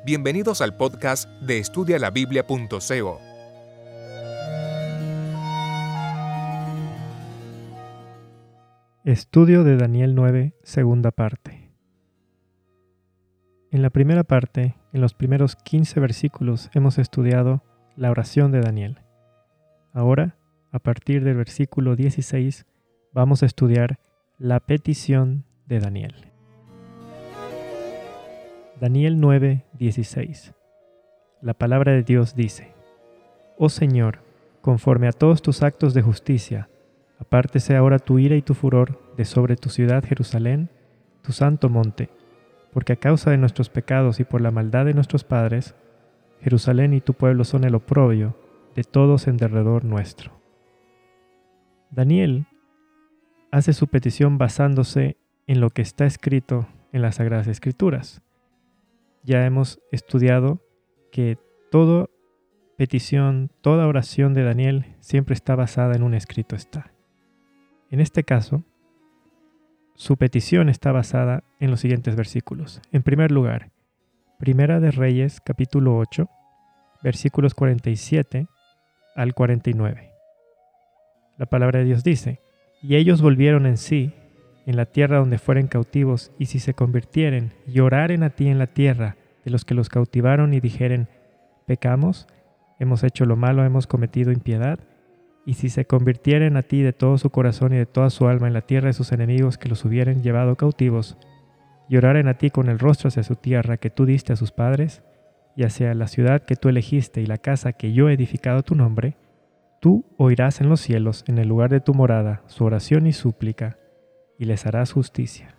Bienvenidos al podcast de estudialabiblia.co. Estudio de Daniel 9, segunda parte. En la primera parte, en los primeros 15 versículos, hemos estudiado la oración de Daniel. Ahora, a partir del versículo 16, vamos a estudiar la petición de Daniel. Daniel 9, 16. La palabra de Dios dice: Oh Señor, conforme a todos tus actos de justicia, apártese ahora tu ira y tu furor de sobre tu ciudad Jerusalén, tu santo monte, porque a causa de nuestros pecados y por la maldad de nuestros padres, Jerusalén y tu pueblo son el oprobio de todos en derredor nuestro. Daniel hace su petición basándose en lo que está escrito en las Sagradas Escrituras. Ya hemos estudiado que toda petición, toda oración de Daniel siempre está basada en un escrito está. En este caso, su petición está basada en los siguientes versículos. En primer lugar, Primera de Reyes, capítulo 8, versículos 47 al 49. La palabra de Dios dice: Y ellos volvieron en sí, en la tierra donde fueren cautivos, y si se convirtieren y oraren a ti en la tierra de los que los cautivaron y dijeren: pecamos, hemos hecho lo malo, hemos cometido impiedad, y si se convirtieren a ti de todo su corazón y de toda su alma en la tierra de sus enemigos que los hubieren llevado cautivos, y oraren a ti con el rostro hacia su tierra que tú diste a sus padres, y hacia la ciudad que tú elegiste y la casa que yo he edificado a tu nombre, tú oirás en los cielos, en el lugar de tu morada, su oración y súplica, y les harás justicia.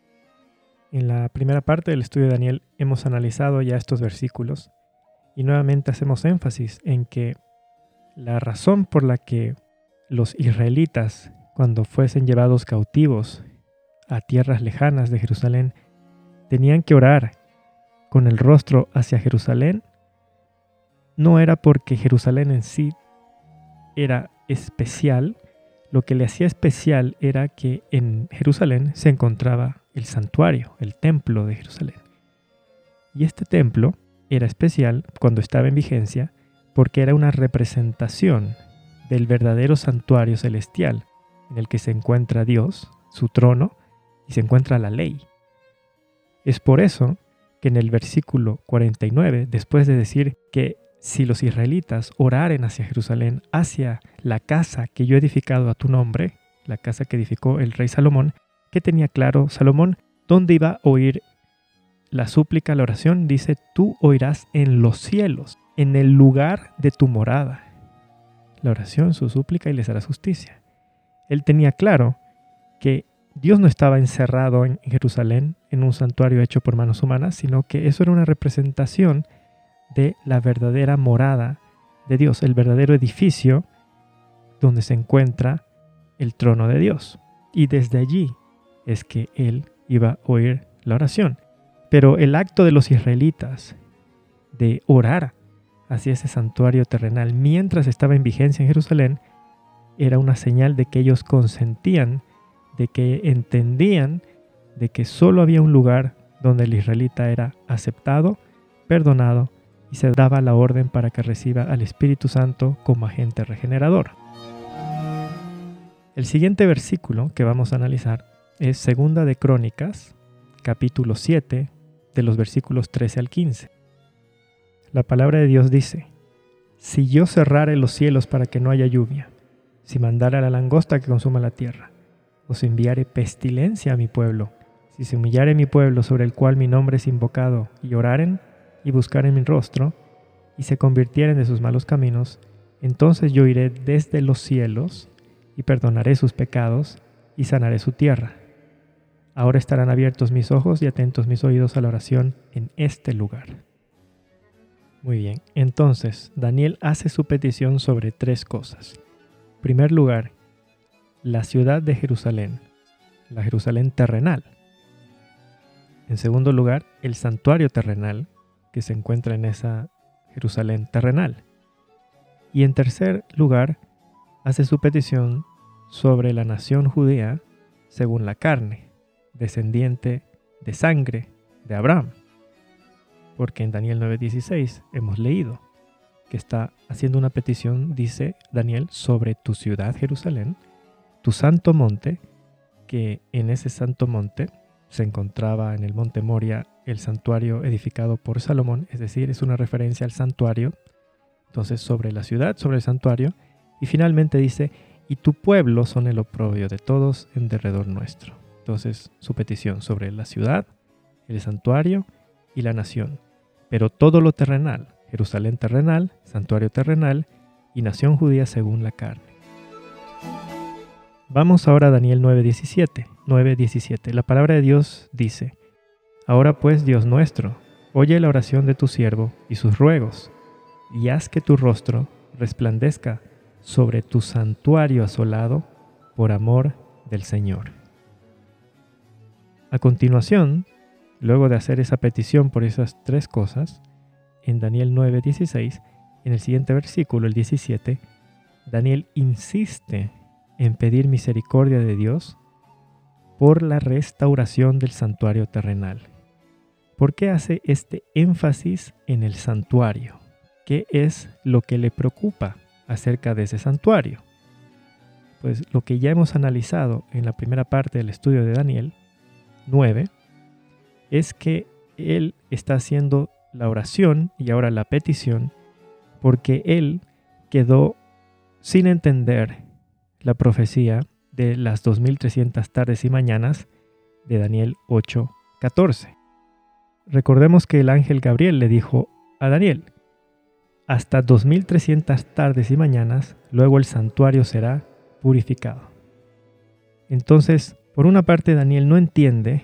En la primera parte del estudio de Daniel hemos analizado ya estos versículos, y nuevamente hacemos énfasis en que la razón por la que los israelitas, cuando fuesen llevados cautivos a tierras lejanas de Jerusalén, tenían que orar con el rostro hacia Jerusalén, no era porque Jerusalén en sí era especial. Lo que le hacía especial era que en Jerusalén se encontraba el santuario, el templo de Jerusalén. Y este templo era especial cuando estaba en vigencia porque era una representación del verdadero santuario celestial en el que se encuentra Dios, su trono, y se encuentra la ley. Es por eso que en el versículo 49, después de decir que si los israelitas oraren hacia Jerusalén, hacia la casa que yo he edificado a tu nombre, la casa que edificó el rey Salomón, que tenía claro Salomón dónde iba a oír la súplica, la oración, dice: tú oirás en los cielos, en el lugar de tu morada. La oración, su súplica, y les harás justicia. Él tenía claro que Dios no estaba encerrado en Jerusalén, en un santuario hecho por manos humanas, sino que eso era una representación de la verdadera morada de Dios, el verdadero edificio donde se encuentra el trono de Dios. Y desde allí es que él iba a oír la oración. Pero el acto de los israelitas de orar hacia ese santuario terrenal mientras estaba en vigencia en Jerusalén era una señal de que ellos consentían, de que entendían de que solo había un lugar donde el israelita era aceptado, perdonado, y se daba la orden para que reciba al Espíritu Santo como agente regenerador. El siguiente versículo que vamos a analizar es Segunda de Crónicas, capítulo 7, de los versículos 13 al 15. La palabra de Dios dice: si yo cerrare los cielos para que no haya lluvia, si mandara la langosta que consuma la tierra, o si enviare pestilencia a mi pueblo, si se humillare mi pueblo sobre el cual mi nombre es invocado, y oraren y buscaren mi rostro, y se convirtieren de sus malos caminos, entonces yo iré desde los cielos, y perdonaré sus pecados, y sanaré su tierra. Ahora estarán abiertos mis ojos y atentos mis oídos a la oración en este lugar. Muy bien, entonces Daniel hace su petición sobre tres cosas. En primer lugar, la ciudad de Jerusalén, la Jerusalén terrenal. En segundo lugar, el santuario terrenal que se encuentra en esa Jerusalén terrenal. Y en tercer lugar, hace su petición sobre la nación judía según la carne, descendiente de sangre de Abraham. porque en Daniel 9:16 hemos leído que está haciendo una petición, dice Daniel, sobre tu ciudad Jerusalén, tu santo monte, que en ese santo monte se encontraba en el monte Moria el santuario edificado por Salomón, es decir, es una referencia al santuario. Entonces, sobre la ciudad, sobre el santuario, y finalmente dice, y tu pueblo son el oprobio de todos en derredor nuestro. Entonces, su petición sobre la ciudad, el santuario y la nación, pero todo lo terrenal, Jerusalén terrenal, santuario terrenal y nación judía según la carne. Vamos ahora a Daniel 9:17. La palabra de Dios dice, ahora pues, Dios nuestro, oye la oración de tu siervo y sus ruegos, y haz que tu rostro resplandezca sobre tu santuario asolado por amor del Señor. A continuación, luego de hacer esa petición por esas tres cosas, en Daniel 9:16, en el siguiente versículo, el 17, Daniel insiste en pedir misericordia de Dios por la restauración del santuario terrenal. ¿Por qué hace este énfasis en el santuario? ¿Qué es lo que le preocupa acerca de ese santuario? Pues lo que ya hemos analizado en la primera parte del estudio de Daniel 9 es que él está haciendo la oración y ahora la petición porque él quedó sin entender la profecía de las 2300 tardes y mañanas de Daniel 8:14. Recordemos que el ángel Gabriel le dijo a Daniel, hasta 2300 tardes y mañanas, luego el santuario será purificado. Entonces, por una parte, Daniel no entiende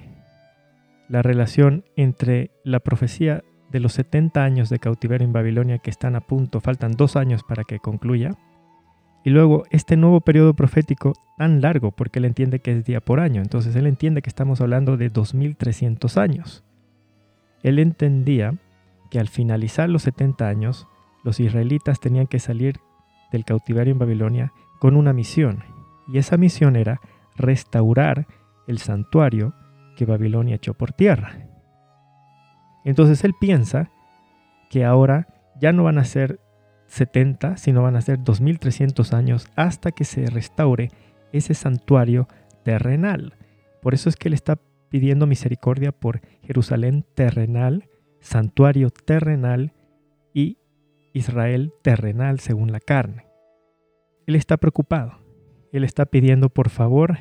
la relación entre la profecía de los 70 años de cautiverio en Babilonia que están a punto, faltan 2 años para que concluya, y luego este nuevo periodo profético tan largo, porque él entiende que es día por año, entonces él entiende que estamos hablando de 2300 años. Él entendía que al finalizar los 70 años, los israelitas tenían que salir del cautiverio en Babilonia con una misión, y esa misión era restaurar el santuario que Babilonia echó por tierra. Entonces él piensa que ahora ya no van a ser 70, sino van a ser 2300 años hasta que se restaure ese santuario terrenal. Por eso es que él está pidiendo misericordia por Jerusalén terrenal, santuario terrenal y Israel terrenal según la carne. Él está preocupado. Él está pidiendo por favor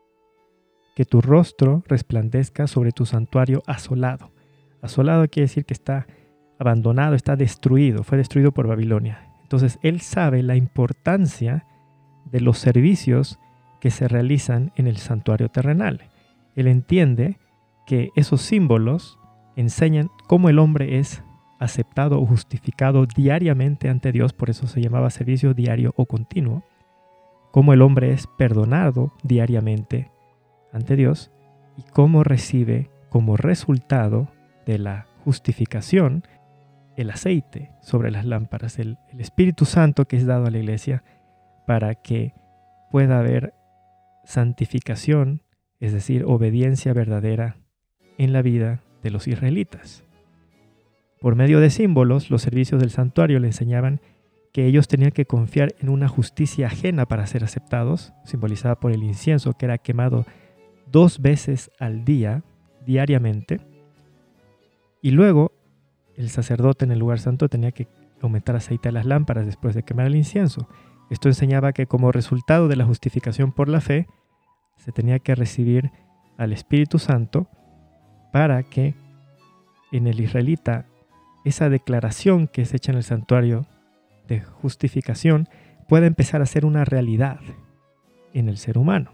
que tu rostro resplandezca sobre tu santuario asolado. Asolado quiere decir que está abandonado, está destruido, fue destruido por Babilonia. Entonces él sabe la importancia de los servicios que se realizan en el santuario terrenal. Él entiende que esos símbolos enseñan cómo el hombre es aceptado o justificado diariamente ante Dios, por eso se llamaba servicio diario o continuo, cómo el hombre es perdonado diariamente ante Dios y cómo recibe como resultado de la justificación el aceite sobre las lámparas, el Espíritu Santo que es dado a la iglesia para que pueda haber santificación, es decir, obediencia verdadera en la vida de los israelitas. Por medio de símbolos, los servicios del santuario le enseñaban que ellos tenían que confiar en una justicia ajena para ser aceptados, simbolizada por el incienso que era quemado 2 veces al día, diariamente, y luego el sacerdote en el lugar santo tenía que aumentar aceite a las lámparas después de quemar el incienso. Esto enseñaba que como resultado de la justificación por la fe, se tenía que recibir al Espíritu Santo para que en el israelita esa declaración que es hecha en el santuario de justificación pueda empezar a ser una realidad en el ser humano.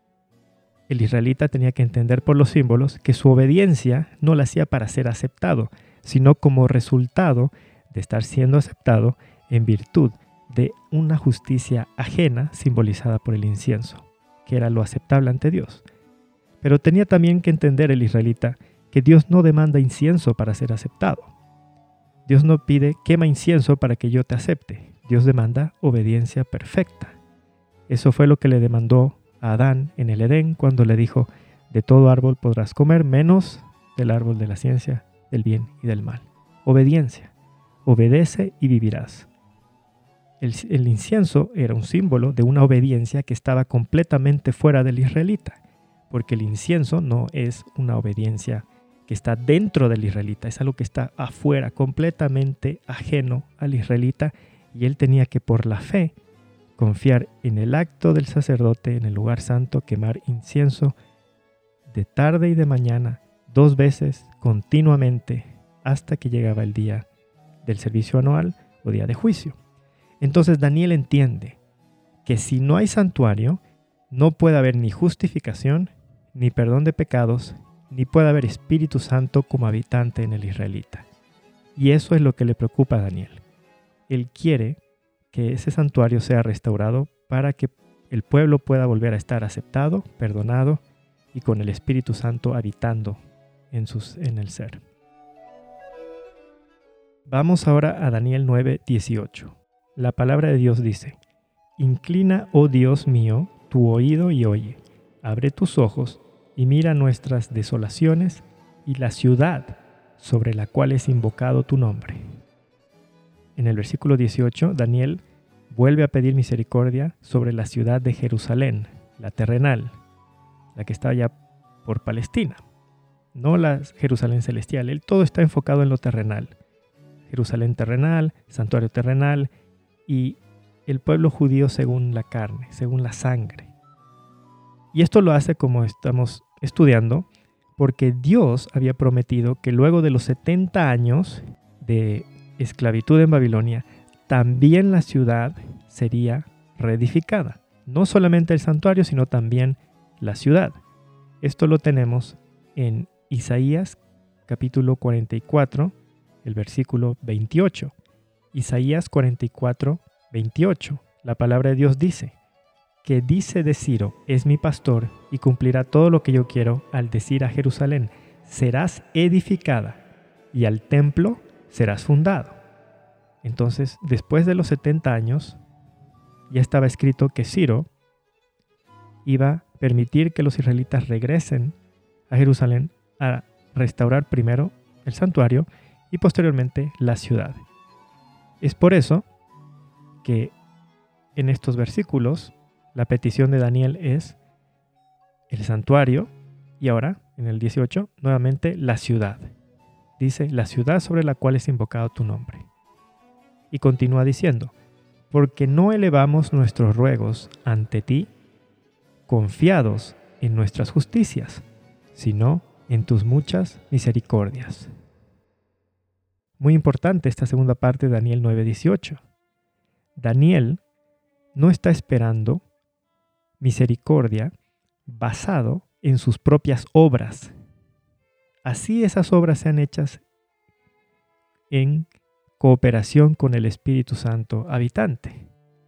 El israelita tenía que entender por los símbolos que su obediencia no la hacía para ser aceptado, sino como resultado de estar siendo aceptado en virtud de una justicia ajena simbolizada por el incienso, que era lo aceptable ante Dios. Pero tenía también que entender el israelita que Dios no demanda incienso para ser aceptado. Dios no pide quema incienso para que yo te acepte. Dios demanda obediencia perfecta. Eso fue lo que le demandó a Adán en el Edén cuando le dijo, de todo árbol podrás comer menos del árbol de la ciencia del bien y del mal. obediencia. Obedece y vivirás. El incienso era un símbolo de una obediencia que estaba completamente fuera del israelita, porque el incienso no es una obediencia que está dentro del israelita, es algo que está afuera, completamente ajeno al israelita, y él tenía que por la fe confiar en el acto del sacerdote en el lugar santo, quemar incienso de tarde y de mañana, 2 veces continuamente, hasta que llegaba el día del servicio anual o día de juicio. Entonces Daniel entiende que si no hay santuario, no puede haber ni justificación, ni perdón de pecados, ni puede haber Espíritu Santo como habitante en el israelita. Y eso es lo que le preocupa a Daniel. Él quiere que ese santuario sea restaurado para que el pueblo pueda volver a estar aceptado, perdonado y con el Espíritu Santo habitando en el ser. Vamos ahora a Daniel 9:18. La palabra de Dios dice: Inclina, oh Dios mío, tu oído y oye. Abre tus ojos y mira nuestras desolaciones y la ciudad sobre la cual es invocado tu nombre. En el versículo 18, Daniel vuelve a pedir misericordia sobre la ciudad de Jerusalén, la terrenal, la que está allá por Palestina, no la Jerusalén celestial. Él todo está enfocado en lo terrenal. Jerusalén terrenal, santuario terrenal y el pueblo judío según la carne, según la sangre. Y esto lo hace, como estamos estudiando, porque Dios había prometido que luego de los 70 años de esclavitud en Babilonia, también la ciudad sería reedificada. No solamente el santuario, sino también la ciudad. Esto lo tenemos en Isaías capítulo 44, el versículo 28. Isaías 44, 28. La palabra de Dios dice: que dice de Ciro, es mi pastor, y cumplirá todo lo que yo quiero, al decir a Jerusalén, serás edificada, y al templo serás fundado. Entonces, después de los 70 años, ya estaba escrito que Ciro iba a permitir que los israelitas regresen a Jerusalén a restaurar primero el santuario y posteriormente la ciudad. Es por eso que en estos versículos la petición de Daniel es el santuario y ahora, en el 18, nuevamente la ciudad. Dice, la ciudad sobre la cual es invocado tu nombre. Y continúa diciendo, porque no elevamos nuestros ruegos ante ti, confiados en nuestras justicias, sino en tus muchas misericordias. Muy importante esta segunda parte de Daniel 9:18. Daniel no está esperando misericordia basado en sus propias obras. Así esas obras sean hechas en cooperación con el Espíritu Santo habitante.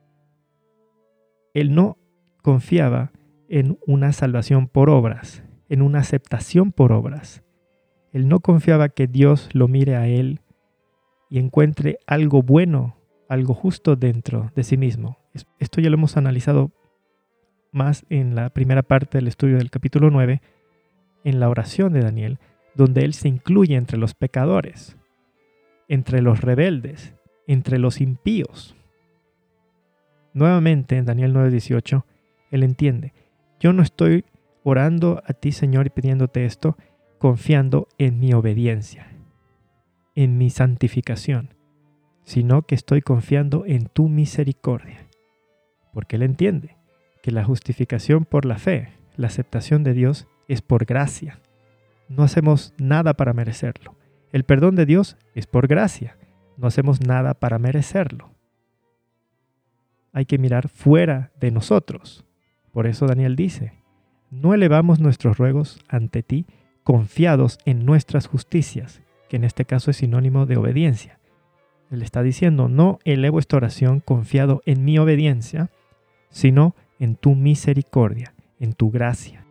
Él no confiaba en una salvación por obras, en una aceptación por obras. Él no confiaba que Dios lo mire a él y encuentre algo bueno, algo justo dentro de sí mismo. Esto ya lo hemos analizado más en la primera parte del estudio del capítulo 9, en la oración de Daniel, donde él se incluye entre los pecadores, entre los rebeldes, entre los impíos. Nuevamente en Daniel 9:18, él entiende, yo no estoy orando a ti, Señor, y pidiéndote esto, confiando en mi obediencia, en mi santificación, sino que estoy confiando en tu misericordia. Porque él entiende que la justificación por la fe, la aceptación de Dios, es por gracia. No hacemos nada para merecerlo. El perdón de Dios es por gracia. No hacemos nada para merecerlo. Hay que mirar fuera de nosotros. Por eso Daniel dice, no elevamos nuestros ruegos ante ti confiados en nuestras justicias, que en este caso es sinónimo de obediencia. Él está diciendo, no elevo esta oración confiado en mi obediencia, sino en tu misericordia, en tu gracia.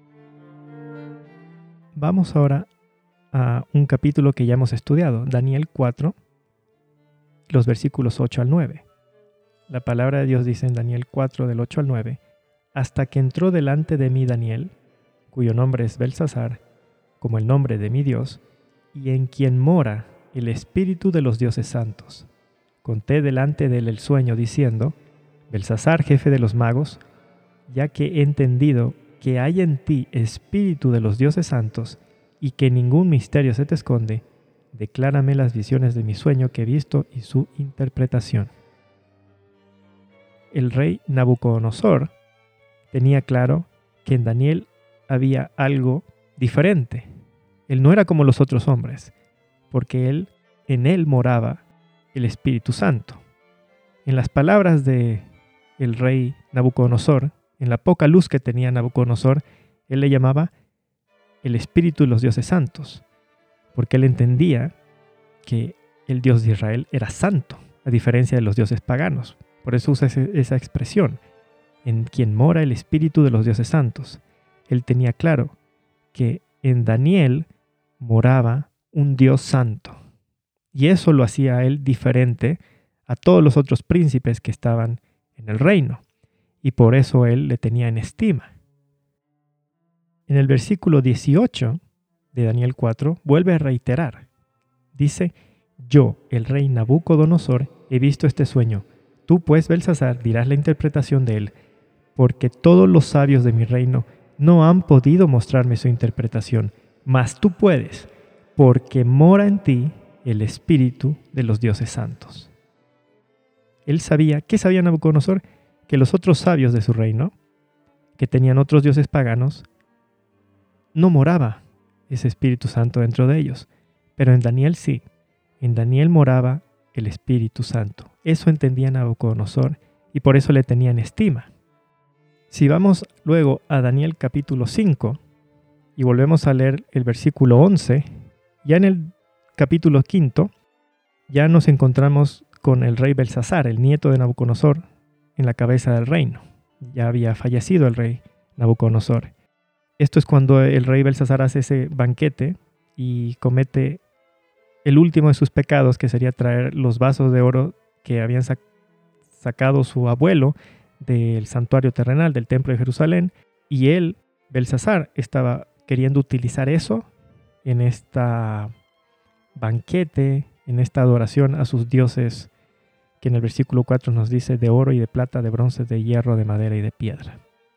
Vamos ahora a un capítulo que ya hemos estudiado, Daniel 4, los versículos 8 al 9. La palabra de Dios dice en Daniel 4, del 8 al 9, hasta que entró delante de mí Daniel, cuyo nombre es Belsasar, como el nombre de mi Dios, y en quien mora el espíritu de los dioses santos. Conté delante de él el sueño, diciendo: Belsasar, jefe de los magos, ya que he entendido que hay en ti espíritu de los dioses santos y que ningún misterio se te esconde, declárame las visiones de mi sueño que he visto y su interpretación. El rey Nabucodonosor tenía claro que en Daniel había algo diferente. Él no era como los otros hombres, porque en él moraba el Espíritu Santo. En las palabras de el rey Nabucodonosor, en la poca luz que tenía Nabucodonosor, él le llamaba el Espíritu de los dioses santos, porque él entendía que el Dios de Israel era santo, a diferencia de los dioses paganos. Por eso usa esa expresión, en quien mora el Espíritu de los dioses santos. Él tenía claro que en Daniel moraba un Dios santo. Y eso lo hacía a él diferente a todos los otros príncipes que estaban en el reino. Y por eso él le tenía en estima. En el versículo 18 de Daniel 4 vuelve a reiterar. Dice: Yo, el rey Nabucodonosor, he visto este sueño. Tú, pues, Belsasar, dirás la interpretación de él, porque todos los sabios de mi reino no han podido mostrarme su interpretación, mas tú puedes, porque mora en ti el espíritu de los dioses santos. Él sabía, ¿qué sabía Nabucodonosor? Que los otros sabios de su reino, que tenían otros dioses paganos, no moraba ese Espíritu Santo dentro de ellos. Pero en Daniel sí, en Daniel moraba el Espíritu Santo. Eso entendía Nabucodonosor y por eso le tenía en estima. Si vamos luego a Daniel capítulo 5 y volvemos a leer el versículo 11, ya en el capítulo 5 ya nos encontramos con el rey Belsasar, el nieto de Nabucodonosor, en la cabeza del reino. Ya había fallecido el rey Nabucodonosor. Esto es cuando el rey Belsasar hace ese banquete y comete el último de sus pecados, que sería traer los vasos de oro que habían sacado su abuelo del santuario terrenal del templo de Jerusalén, y él, Belsasar, estaba queriendo utilizar eso en esta banquete, en esta adoración a sus dioses, que en el versículo 4 nos dice: de oro y de plata, de bronce, de hierro, de madera y de piedra.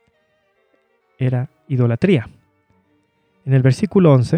Era idolatría. En el versículo 11,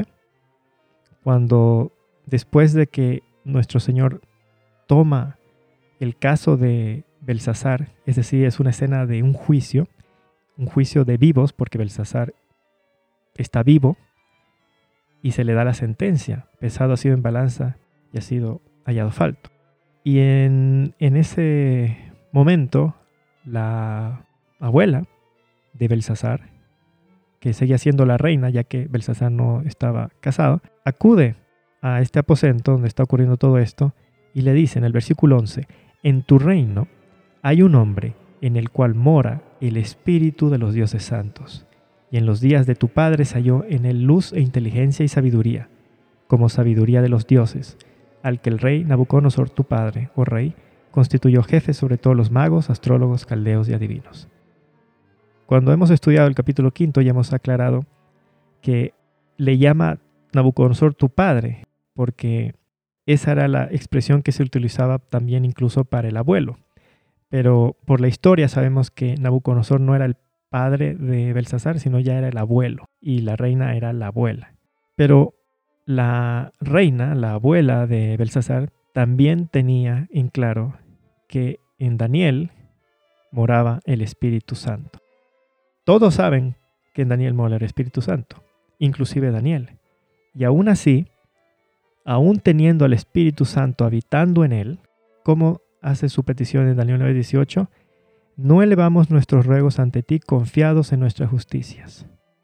cuando después de que nuestro Señor toma el caso de Belsasar, es decir, es una escena de un juicio de vivos, porque Belsasar está vivo, y se le da la sentencia: pesado ha sido en balanza y ha sido hallado falto. Y en ese momento, la abuela de Belsasar, que seguía siendo la reina, ya que Belsasar no estaba casado, acude a este aposento donde está ocurriendo todo esto y le dice en el versículo 11: en tu reino hay un hombre en el cual mora el espíritu de los dioses santos, y en los días de tu padre se halló en él luz e inteligencia y sabiduría, como sabiduría de los dioses, al que el rey Nabucodonosor tu padre, oh rey, constituyó jefe sobre todos los magos, astrólogos, caldeos y adivinos. Cuando hemos estudiado el capítulo 5 ya hemos aclarado que le llama Nabucodonosor tu padre, porque esa era la expresión que se utilizaba también incluso para el abuelo. Pero por la historia sabemos que Nabucodonosor no era el padre de Belsasar, sino ya era el abuelo, y la reina era la abuela. Pero la reina, la abuela de Belsasar, también tenía en claro que en Daniel moraba el Espíritu Santo. Todos saben que en Daniel mora el Espíritu Santo, inclusive Daniel. Y aún así, aún teniendo al Espíritu Santo habitando en él, como hace su petición en Daniel 9:18, no elevamos nuestros ruegos ante ti confiados en nuestras justicias.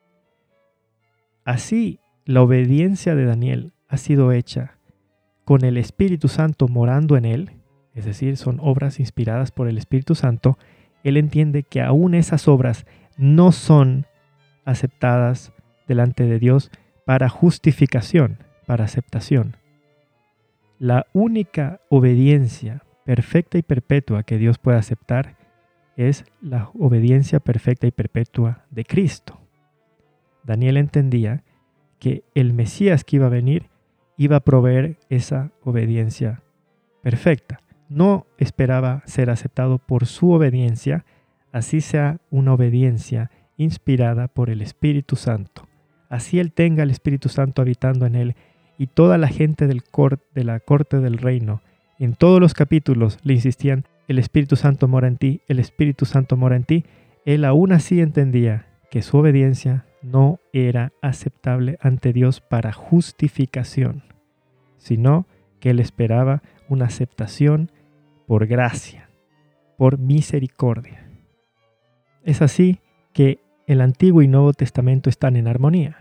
Así, la obediencia de Daniel ha sido hecha con el Espíritu Santo morando en él, es decir, son obras inspiradas por el Espíritu Santo. Él entiende que aún esas obras no son aceptadas delante de Dios para justificación, para aceptación. La única obediencia perfecta y perpetua que Dios puede aceptar es la obediencia perfecta y perpetua de Cristo. Daniel entendía que el Mesías que iba a venir iba a proveer esa obediencia perfecta. No esperaba ser aceptado por su obediencia, así sea una obediencia inspirada por el Espíritu Santo. Así él tenga el Espíritu Santo habitando en él y toda la gente de la corte del reino, en todos los capítulos le insistían, el Espíritu Santo mora en ti, el Espíritu Santo mora en ti. Él aún así entendía que su obediencia no era aceptable ante Dios para justificación, sino que él esperaba una aceptación por gracia, por misericordia. Es así que el Antiguo y Nuevo Testamento están en armonía.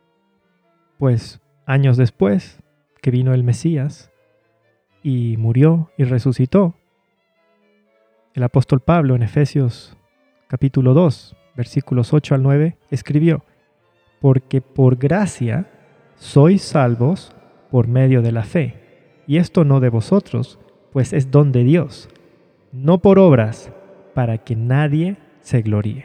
Pues años después que vino el Mesías y murió y resucitó, el apóstol Pablo en Efesios capítulo 2, versículos 8 al 9, escribió: porque por gracia sois salvos por medio de la fe, y esto no de vosotros, pues es don de Dios, no por obras, para que nadie se gloríe.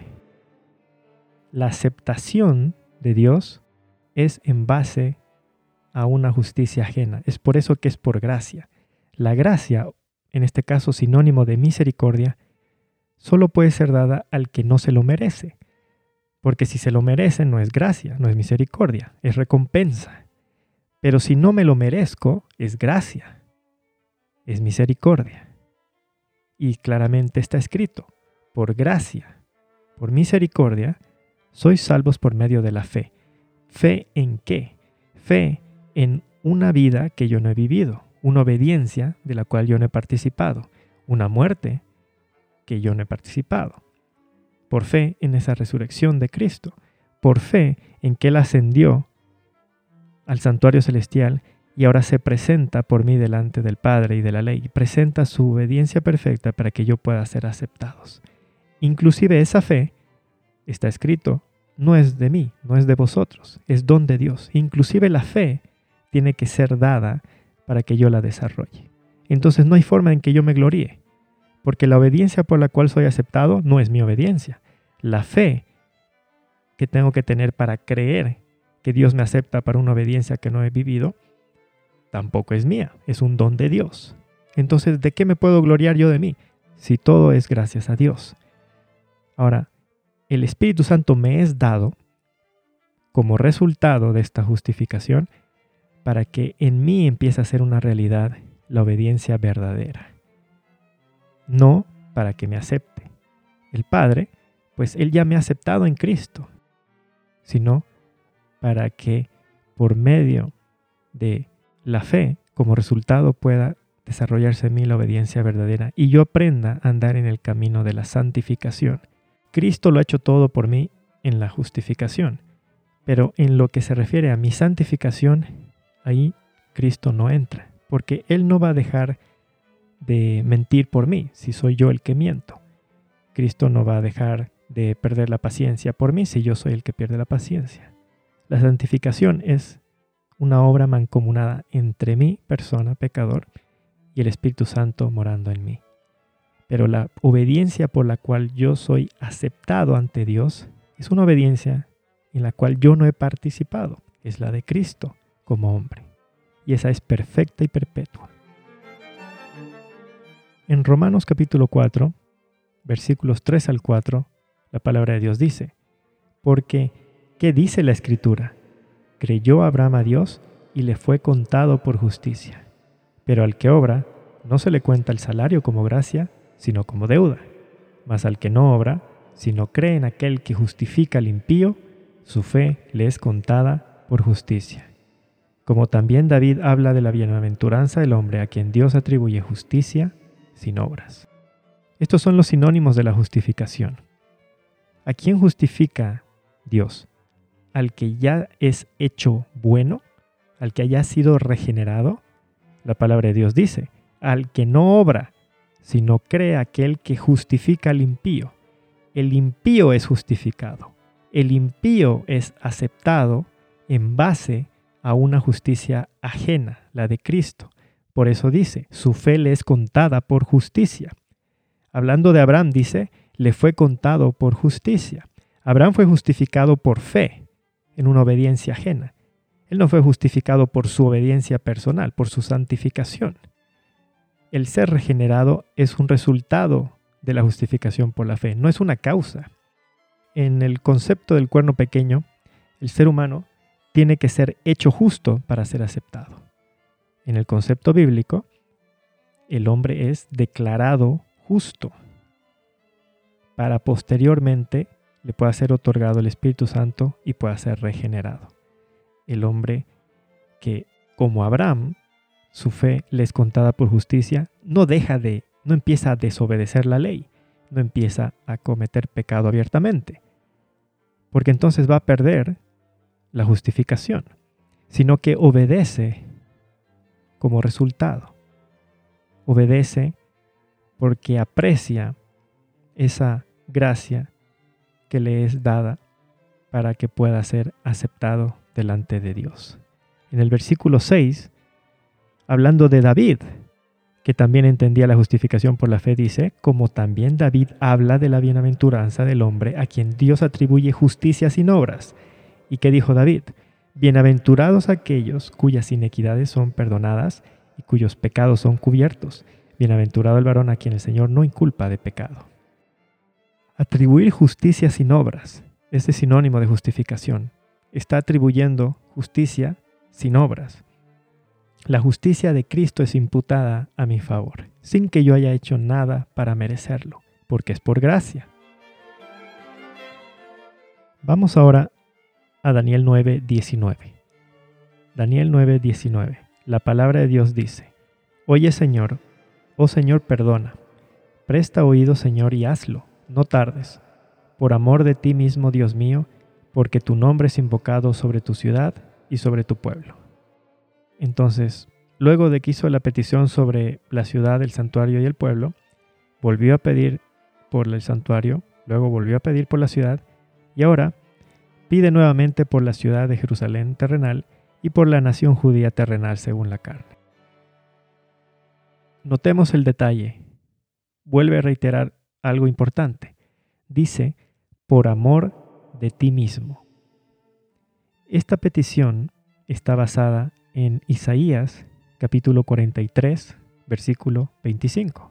La aceptación de Dios es en base a una justicia ajena. Es por eso que es por gracia. La gracia, en este caso sinónimo de misericordia, solo puede ser dada al que no se lo merece. Porque si se lo merece no es gracia, no es misericordia, es recompensa. Pero si no me lo merezco, es gracia, es misericordia. Y claramente está escrito, por gracia, por misericordia, sois salvos por medio de la fe. ¿Fe en qué? Fe en una vida que yo no he vivido, una obediencia de la cual yo no he participado, una muerte que yo no he participado. Por fe en esa resurrección de Cristo, por fe en que Él ascendió al santuario celestial y ahora se presenta por mí delante del Padre y de la ley, presenta su obediencia perfecta para que yo pueda ser aceptados. Inclusive esa fe, está escrito, no es de mí, no es de vosotros, es don de Dios. Inclusive la fe tiene que ser dada para que yo la desarrolle. Entonces no hay forma en que yo me gloríe, porque la obediencia por la cual soy aceptado no es mi obediencia. La fe que tengo que tener para creer que Dios me acepta para una obediencia que no he vivido, tampoco es mía, es un don de Dios. Entonces, ¿de qué me puedo gloriar yo de mí? Si todo es gracias a Dios. Ahora, el Espíritu Santo me es dado como resultado de esta justificación para que en mí empiece a ser una realidad la obediencia verdadera. No para que me acepte el Padre, pues Él ya me ha aceptado en Cristo, sino para que por medio de la fe, como resultado pueda desarrollarse en mí la obediencia verdadera y yo aprenda a andar en el camino de la santificación. Cristo lo ha hecho todo por mí en la justificación, pero en lo que se refiere a mi santificación, ahí Cristo no entra, porque Él no va a dejar de mentir por mí si soy yo el que miento. Cristo no va a dejar de perder la paciencia por mí si yo soy el que pierde la paciencia. La santificación es una obra mancomunada entre mi persona, pecador, y el Espíritu Santo morando en mí. Pero la obediencia por la cual yo soy aceptado ante Dios es una obediencia en la cual yo no he participado. Es la de Cristo como hombre. Y esa es perfecta y perpetua. En Romanos capítulo 4, versículos 3 al 4, la palabra de Dios dice: porque, ¿qué dice la Escritura? Creyó Abraham a Dios y le fue contado por justicia. Pero al que obra, no se le cuenta el salario como gracia, sino como deuda. Mas al que no obra, sino cree en aquel que justifica al impío, su fe le es contada por justicia. Como también David habla de la bienaventuranza del hombre a quien Dios atribuye justicia sin obras. Estos son los sinónimos de la justificación. ¿A quién justifica Dios? ¿Al que ya es hecho bueno? ¿Al que haya sido regenerado? La palabra de Dios dice: al que no obra, sino cree aquel que justifica al impío. El impío es justificado. El impío es aceptado en base a una justicia ajena, la de Cristo. Por eso dice, su fe le es contada por justicia. Hablando de Abraham, dice, le fue contado por justicia. Abraham fue justificado por fe, en una obediencia ajena. Él no fue justificado por su obediencia personal, por su santificación. El ser regenerado es un resultado de la justificación por la fe, no es una causa. En el concepto del cuerno pequeño, el ser humano tiene que ser hecho justo para ser aceptado. En el concepto bíblico, el hombre es declarado justo para posteriormente le pueda ser otorgado el Espíritu Santo y pueda ser regenerado. El hombre que, como Abraham, su fe le es contada por justicia, no empieza a desobedecer la ley, no empieza a cometer pecado abiertamente, porque entonces va a perder la justificación, sino que obedece como resultado. Obedece porque aprecia esa gracia que le es dada para que pueda ser aceptado delante de Dios. En el versículo 6, hablando de David, que también entendía la justificación por la fe, dice, como también David habla de la bienaventuranza del hombre a quien Dios atribuye justicia sin obras. ¿Y qué dijo David? Bienaventurados aquellos cuyas inequidades son perdonadas y cuyos pecados son cubiertos. Bienaventurado el varón a quien el Señor no inculpa de pecado. Atribuir justicia sin obras es sinónimo de justificación. Está atribuyendo justicia sin obras. La justicia de Cristo es imputada a mi favor, sin que yo haya hecho nada para merecerlo, porque es por gracia. Vamos ahora a Daniel 9:19. Daniel 9:19. La palabra de Dios dice: Oye, Señor, oh Señor, perdona. Presta oído, Señor, y hazlo. No tardes. Por amor de ti mismo, Dios mío, porque tu nombre es invocado sobre tu ciudad y sobre tu pueblo. Entonces, luego de que hizo la petición sobre la ciudad, el santuario y el pueblo, volvió a pedir por el santuario, luego volvió a pedir por la ciudad, y ahora pide nuevamente por la ciudad de Jerusalén terrenal y por la nación judía terrenal según la carne. Notemos el detalle. Vuelve a reiterar algo importante. Dice, por amor de ti mismo. Esta petición está basada en Isaías, capítulo 43, versículo 25.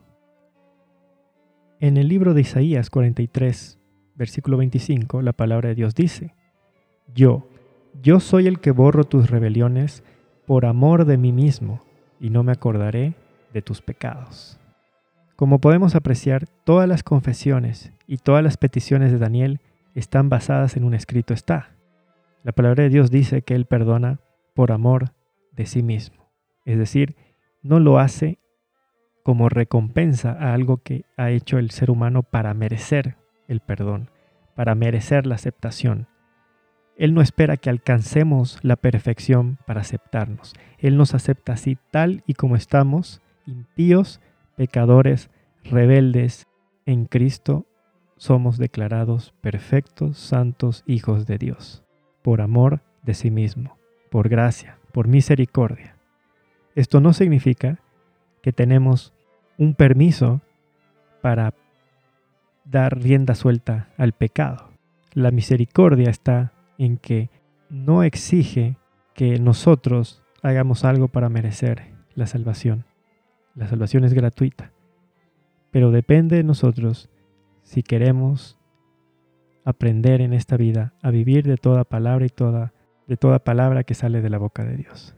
En el libro de Isaías 43, versículo 25, la palabra de Dios dice: Yo soy el que borro tus rebeliones por amor de mí mismo, y no me acordaré de tus pecados. Como podemos apreciar, todas las confesiones y todas las peticiones de Daniel están basadas en un escrito está. La palabra de Dios dice que Él perdona por amor de sí mismo. Es decir, no lo hace como recompensa a algo que ha hecho el ser humano para merecer el perdón, para merecer la aceptación. Él no espera que alcancemos la perfección para aceptarnos. Él nos acepta así tal y como estamos, impíos, pecadores, rebeldes. En Cristo somos declarados perfectos, santos hijos de Dios, por amor de sí mismo, por gracia, por misericordia. Esto no significa que tenemos un permiso para dar rienda suelta al pecado. La misericordia está en que no exige que nosotros hagamos algo para merecer la salvación. La salvación es gratuita, pero depende de nosotros si queremos aprender en esta vida a vivir de toda palabra de toda palabra que sale de la boca de Dios.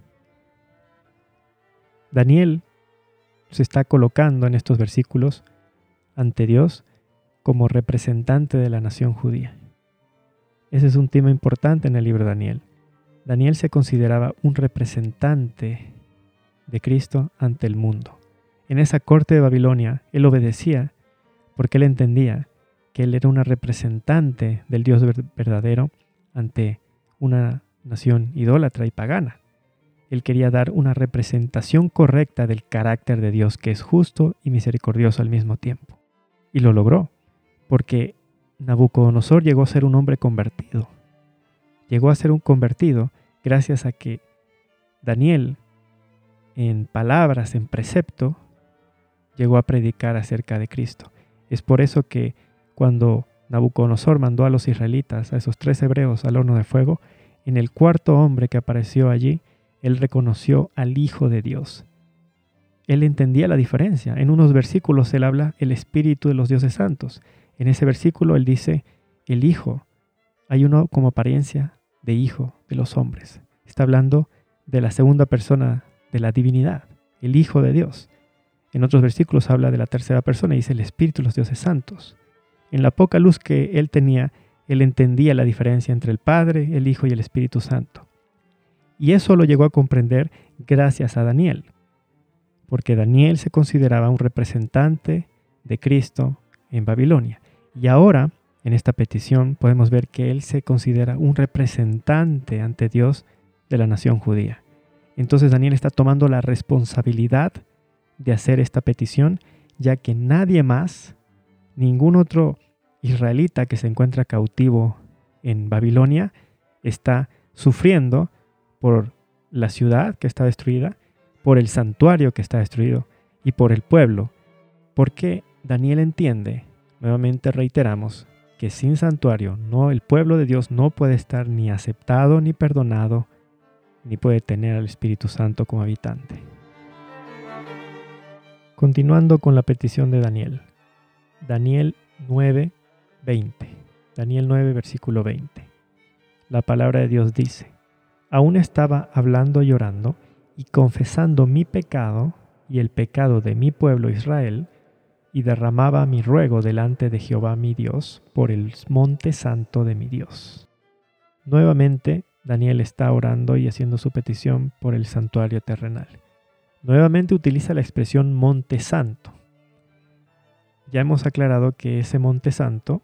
Daniel se está colocando en estos versículos ante Dios como representante de la nación judía. Ese es un tema importante en el libro de Daniel. Daniel se consideraba un representante de Cristo ante el mundo. En esa corte de Babilonia, él obedecía porque él entendía que él era una representante del Dios verdadero ante una nación idólatra y pagana. Él quería dar una representación correcta del carácter de Dios, que es justo y misericordioso al mismo tiempo. Y lo logró, porque Nabucodonosor llegó a ser un hombre convertido. Llegó a ser un convertido gracias a que Daniel, en palabras, en precepto, llegó a predicar acerca de Cristo. Es por eso que cuando Nabucodonosor mandó a los israelitas, a esos 3 hebreos, al horno de fuego, En el cuarto hombre que apareció allí, él reconoció al Hijo de Dios. Él entendía la diferencia. En unos versículos él habla el Espíritu de los dioses santos. En ese versículo él dice el Hijo. Hay uno como apariencia de Hijo de los hombres. Está hablando de la segunda persona de la divinidad, el Hijo de Dios. En otros versículos habla de la tercera persona y dice el Espíritu de los dioses santos. En la poca luz que él tenía, él entendía la diferencia entre el Padre, el Hijo y el Espíritu Santo. Y eso lo llegó a comprender gracias a Daniel, porque Daniel se consideraba un representante de Cristo en Babilonia. Y ahora, en esta petición, podemos ver que él se considera un representante ante Dios de la nación judía. Entonces Daniel está tomando la responsabilidad de hacer esta petición, ya que nadie más, ningún otro israelita que se encuentra cautivo en Babilonia, está sufriendo por la ciudad que está destruida, por el santuario que está destruido y por el pueblo. Porque Daniel entiende, nuevamente reiteramos, que sin santuario el pueblo de Dios no puede estar ni aceptado ni perdonado, ni puede tener al Espíritu Santo como habitante. Continuando con la petición de Daniel. Daniel 9:20. Daniel 9, versículo 20. La palabra de Dios dice: aún estaba hablando y orando y confesando mi pecado y el pecado de mi pueblo Israel, y derramaba mi ruego delante de Jehová mi Dios por el monte santo de mi Dios. Nuevamente, Daniel está orando y haciendo su petición por el santuario terrenal. Nuevamente utiliza la expresión monte santo. Ya hemos aclarado que ese monte santo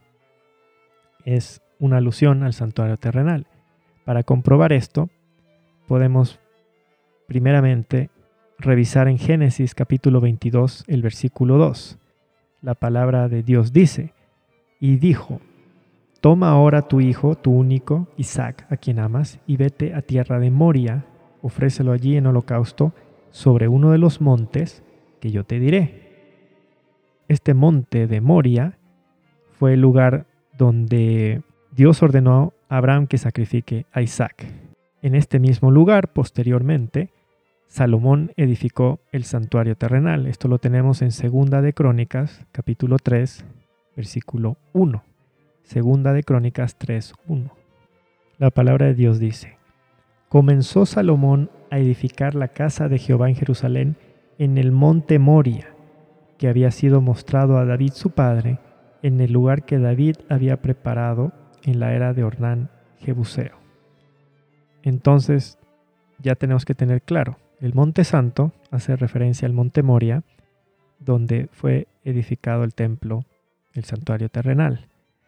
es una alusión al santuario terrenal. Para comprobar esto, podemos primeramente revisar en Génesis capítulo 22, el versículo 2. La palabra de Dios dice: y dijo, toma ahora tu hijo, tu único, Isaac, a quien amas, y vete a tierra de Moria, ofrécelo allí en holocausto sobre uno de los montes que yo te diré. Este monte de Moria fue el lugar donde Dios ordenó a Abraham que sacrifique a Isaac. En este mismo lugar, posteriormente, Salomón edificó el santuario terrenal. Esto lo tenemos en Segunda de Crónicas, capítulo 3, versículo 1. Segunda de Crónicas 3:1. La palabra de Dios dice: comenzó Salomón a edificar la casa de Jehová en Jerusalén en el monte Moria, que había sido mostrado a David su padre, en el lugar que David había preparado en la era de Ornán Jebuseo. Entonces, ya tenemos que tener claro, el Monte Santo hace referencia al Monte Moria, donde fue edificado el templo, el santuario terrenal.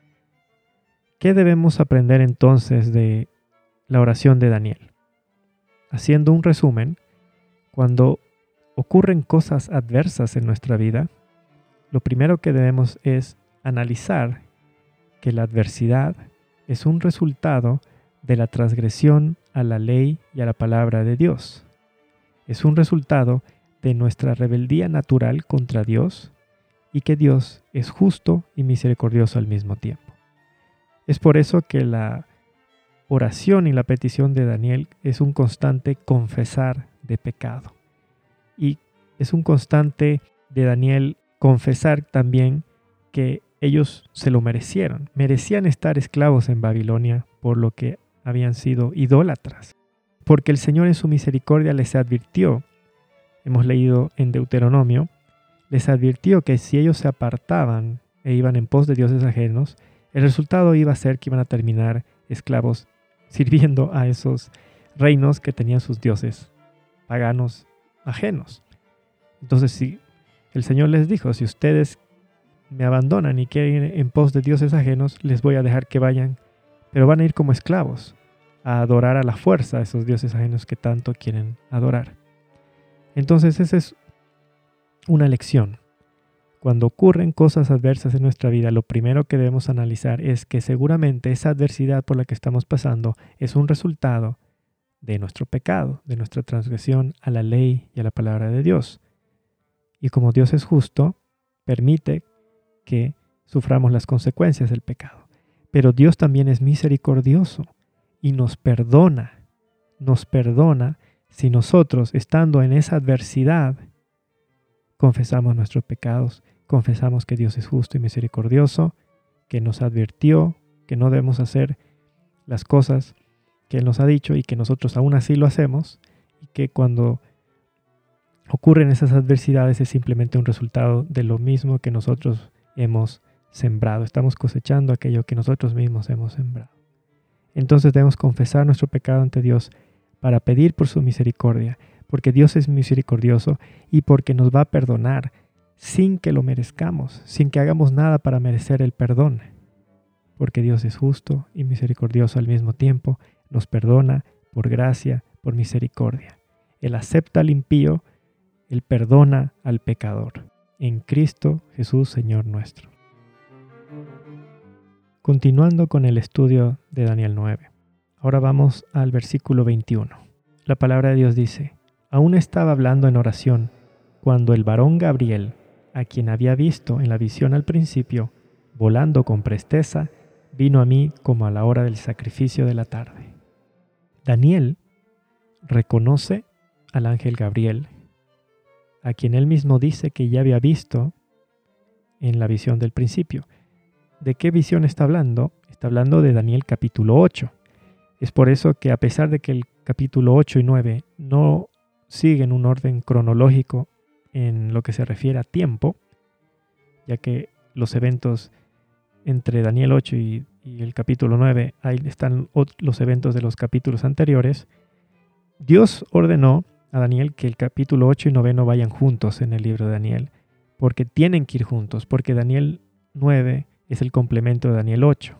¿Qué debemos aprender entonces de la oración de Daniel? Haciendo un resumen, cuando ocurren cosas adversas en nuestra vida, lo primero que debemos es analizar que la adversidad es un resultado de la transgresión a la ley y a la palabra de Dios. Es un resultado de nuestra rebeldía natural contra Dios y que Dios es justo y misericordioso al mismo tiempo. Es por eso que la oración y la petición de Daniel es un constante confesar de pecado. Y es un constante de Daniel confesar también que ellos se lo merecieron. Merecían estar esclavos en Babilonia por lo que habían sido idólatras. Porque el Señor en su misericordia les advirtió, hemos leído en Deuteronomio, les advirtió que si ellos se apartaban e iban en pos de dioses ajenos, el resultado iba a ser que iban a terminar esclavos sirviendo a esos reinos que tenían sus dioses paganos ajenos. Entonces, si el Señor les dijo, si ustedes me abandonan y quieren ir en pos de dioses ajenos, les voy a dejar que vayan, pero van a ir como esclavos a adorar a la fuerza a esos dioses ajenos que tanto quieren adorar. Entonces, esa es una lección. Cuando ocurren cosas adversas en nuestra vida, lo primero que debemos analizar es que seguramente esa adversidad por la que estamos pasando es un resultado de nuestro pecado, de nuestra transgresión a la ley y a la palabra de Dios. Y como Dios es justo, permite que suframos las consecuencias del pecado. Pero Dios también es misericordioso y nos perdona si nosotros, estando en esa adversidad, confesamos nuestros pecados, confesamos que Dios es justo y misericordioso, que nos advirtió que no debemos hacer las cosas que Él nos ha dicho y que nosotros aún así lo hacemos, y que cuando ocurren esas adversidades es simplemente un resultado de lo mismo que nosotros hemos sembrado. Estamos cosechando aquello que nosotros mismos hemos sembrado. Entonces debemos confesar nuestro pecado ante Dios para pedir por su misericordia, porque Dios es misericordioso y porque nos va a perdonar sin que lo merezcamos, sin que hagamos nada para merecer el perdón. Porque Dios es justo y misericordioso al mismo tiempo, nos perdona por gracia, por misericordia. Él acepta al impío, Él perdona al pecador. En Cristo Jesús, Señor nuestro. Continuando con el estudio de Daniel 9. Ahora vamos al versículo 21. La palabra de Dios dice: Aún estaba hablando en oración, cuando el varón Gabriel, a quien había visto en la visión al principio, volando con presteza, vino a mí como a la hora del sacrificio de la tarde. Daniel reconoce al ángel Gabriel, a quien él mismo dice que ya había visto en la visión del principio. ¿De qué visión está hablando? Está hablando de Daniel capítulo 8. Es por eso que a pesar de que el capítulo 8 y 9 no siguen un orden cronológico en lo que se refiere a tiempo, ya que los eventos entre Daniel 8 y el capítulo 9, ahí están los eventos de los capítulos anteriores, Dios ordenó a Daniel que el capítulo 8 y 9 no vayan juntos en el libro de Daniel, porque tienen que ir juntos, porque Daniel 9 es el complemento de Daniel 8.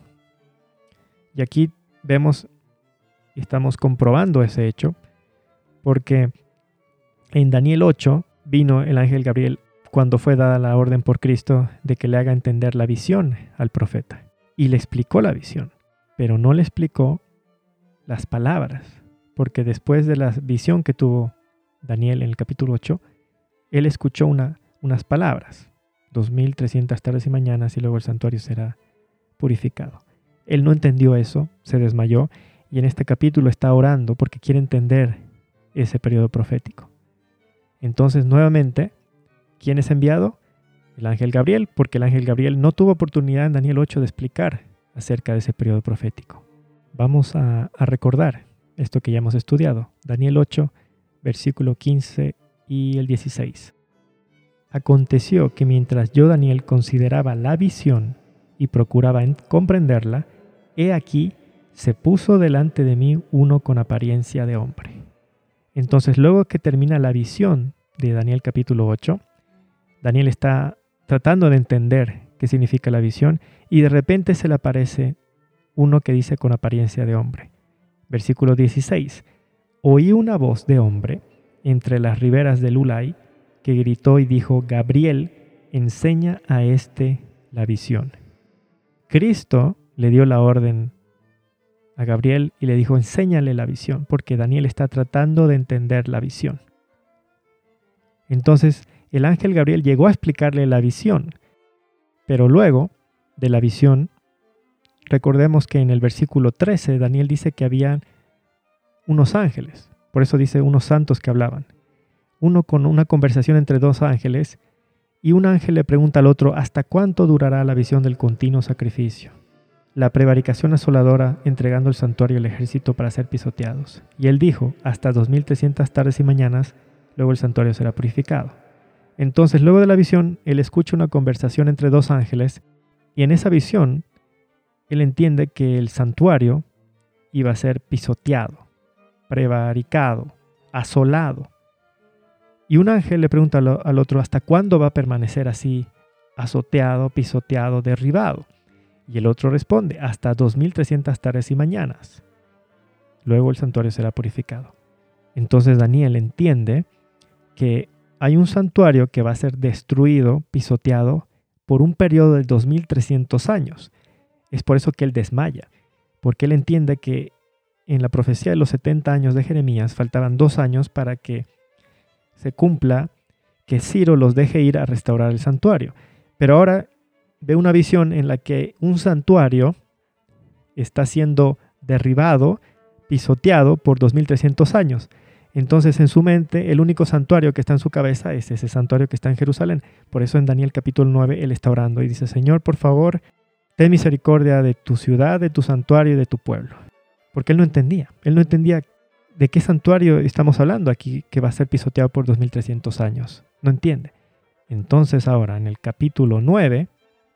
Y aquí vemos y estamos comprobando ese hecho, porque en Daniel 8 vino el ángel Gabriel cuando fue dada la orden por Cristo de que le haga entender la visión al profeta. Y le explicó la visión, pero no le explicó las palabras, porque después de la visión que tuvo Daniel en el capítulo 8, él escuchó unas palabras: 2300 tardes y mañanas y luego el santuario será purificado. Él no entendió eso, se desmayó, y en este capítulo está orando porque quiere entender ese periodo profético. Entonces, nuevamente, ¿quién es enviado? El ángel Gabriel, porque el ángel Gabriel no tuvo oportunidad en Daniel 8 de explicar acerca de ese periodo profético. Vamos a recordar esto que ya hemos estudiado. Daniel 8, versículo 15 y el 16. Aconteció que mientras yo, Daniel, consideraba la visión y procuraba comprenderla, he aquí se puso delante de mí uno con apariencia de hombre. Entonces, luego que termina la visión de Daniel capítulo 8, Daniel está tratando de entender qué significa la visión y de repente se le aparece uno que dice con apariencia de hombre. Versículo 16. Oí una voz de hombre entre las riberas del Ulai que gritó y dijo: Gabriel, enseña a este la visión. Cristo le dio la orden a Gabriel y le dijo: enséñale la visión, porque Daniel está tratando de entender la visión. Entonces el ángel Gabriel llegó a explicarle la visión, pero luego de la visión, recordemos que en el versículo 13 Daniel dice que había unos ángeles, por eso dice unos santos que hablaban. Uno con una conversación entre dos ángeles, y un ángel le pregunta al otro: ¿hasta cuánto durará la visión del continuo sacrificio? La prevaricación asoladora entregando el santuario al ejército para ser pisoteados. Y él dijo: hasta 2300 tardes y mañanas, luego el santuario será purificado. Entonces, luego de la visión, él escucha una conversación entre dos ángeles, y en esa visión, él entiende que el santuario iba a ser pisoteado, prevaricado, asolado. Y un ángel le pregunta al otro: ¿hasta cuándo va a permanecer así, azoteado, pisoteado, derribado? Y el otro responde: hasta 2300 tardes y mañanas. Luego el santuario será purificado. Entonces Daniel entiende que hay un santuario que va a ser destruido, pisoteado, por un periodo de 2300 años. Es por eso que él desmaya, porque él entiende que en la profecía de los 70 años de Jeremías faltaban 2 años para que se cumpla que Ciro los deje ir a restaurar el santuario. Pero ahora ve una visión en la que un santuario está siendo derribado pisoteado por 2300 años. Entonces en su mente el único santuario que está en su cabeza es ese santuario que está en Jerusalén. Por eso en Daniel capítulo 9 él está orando y dice: Señor, por favor, ten misericordia de tu ciudad, de tu santuario y de tu pueblo. Porque él no entendía de qué santuario estamos hablando aquí que va a ser pisoteado por 2300 años. No entiende. Entonces ahora en el capítulo 9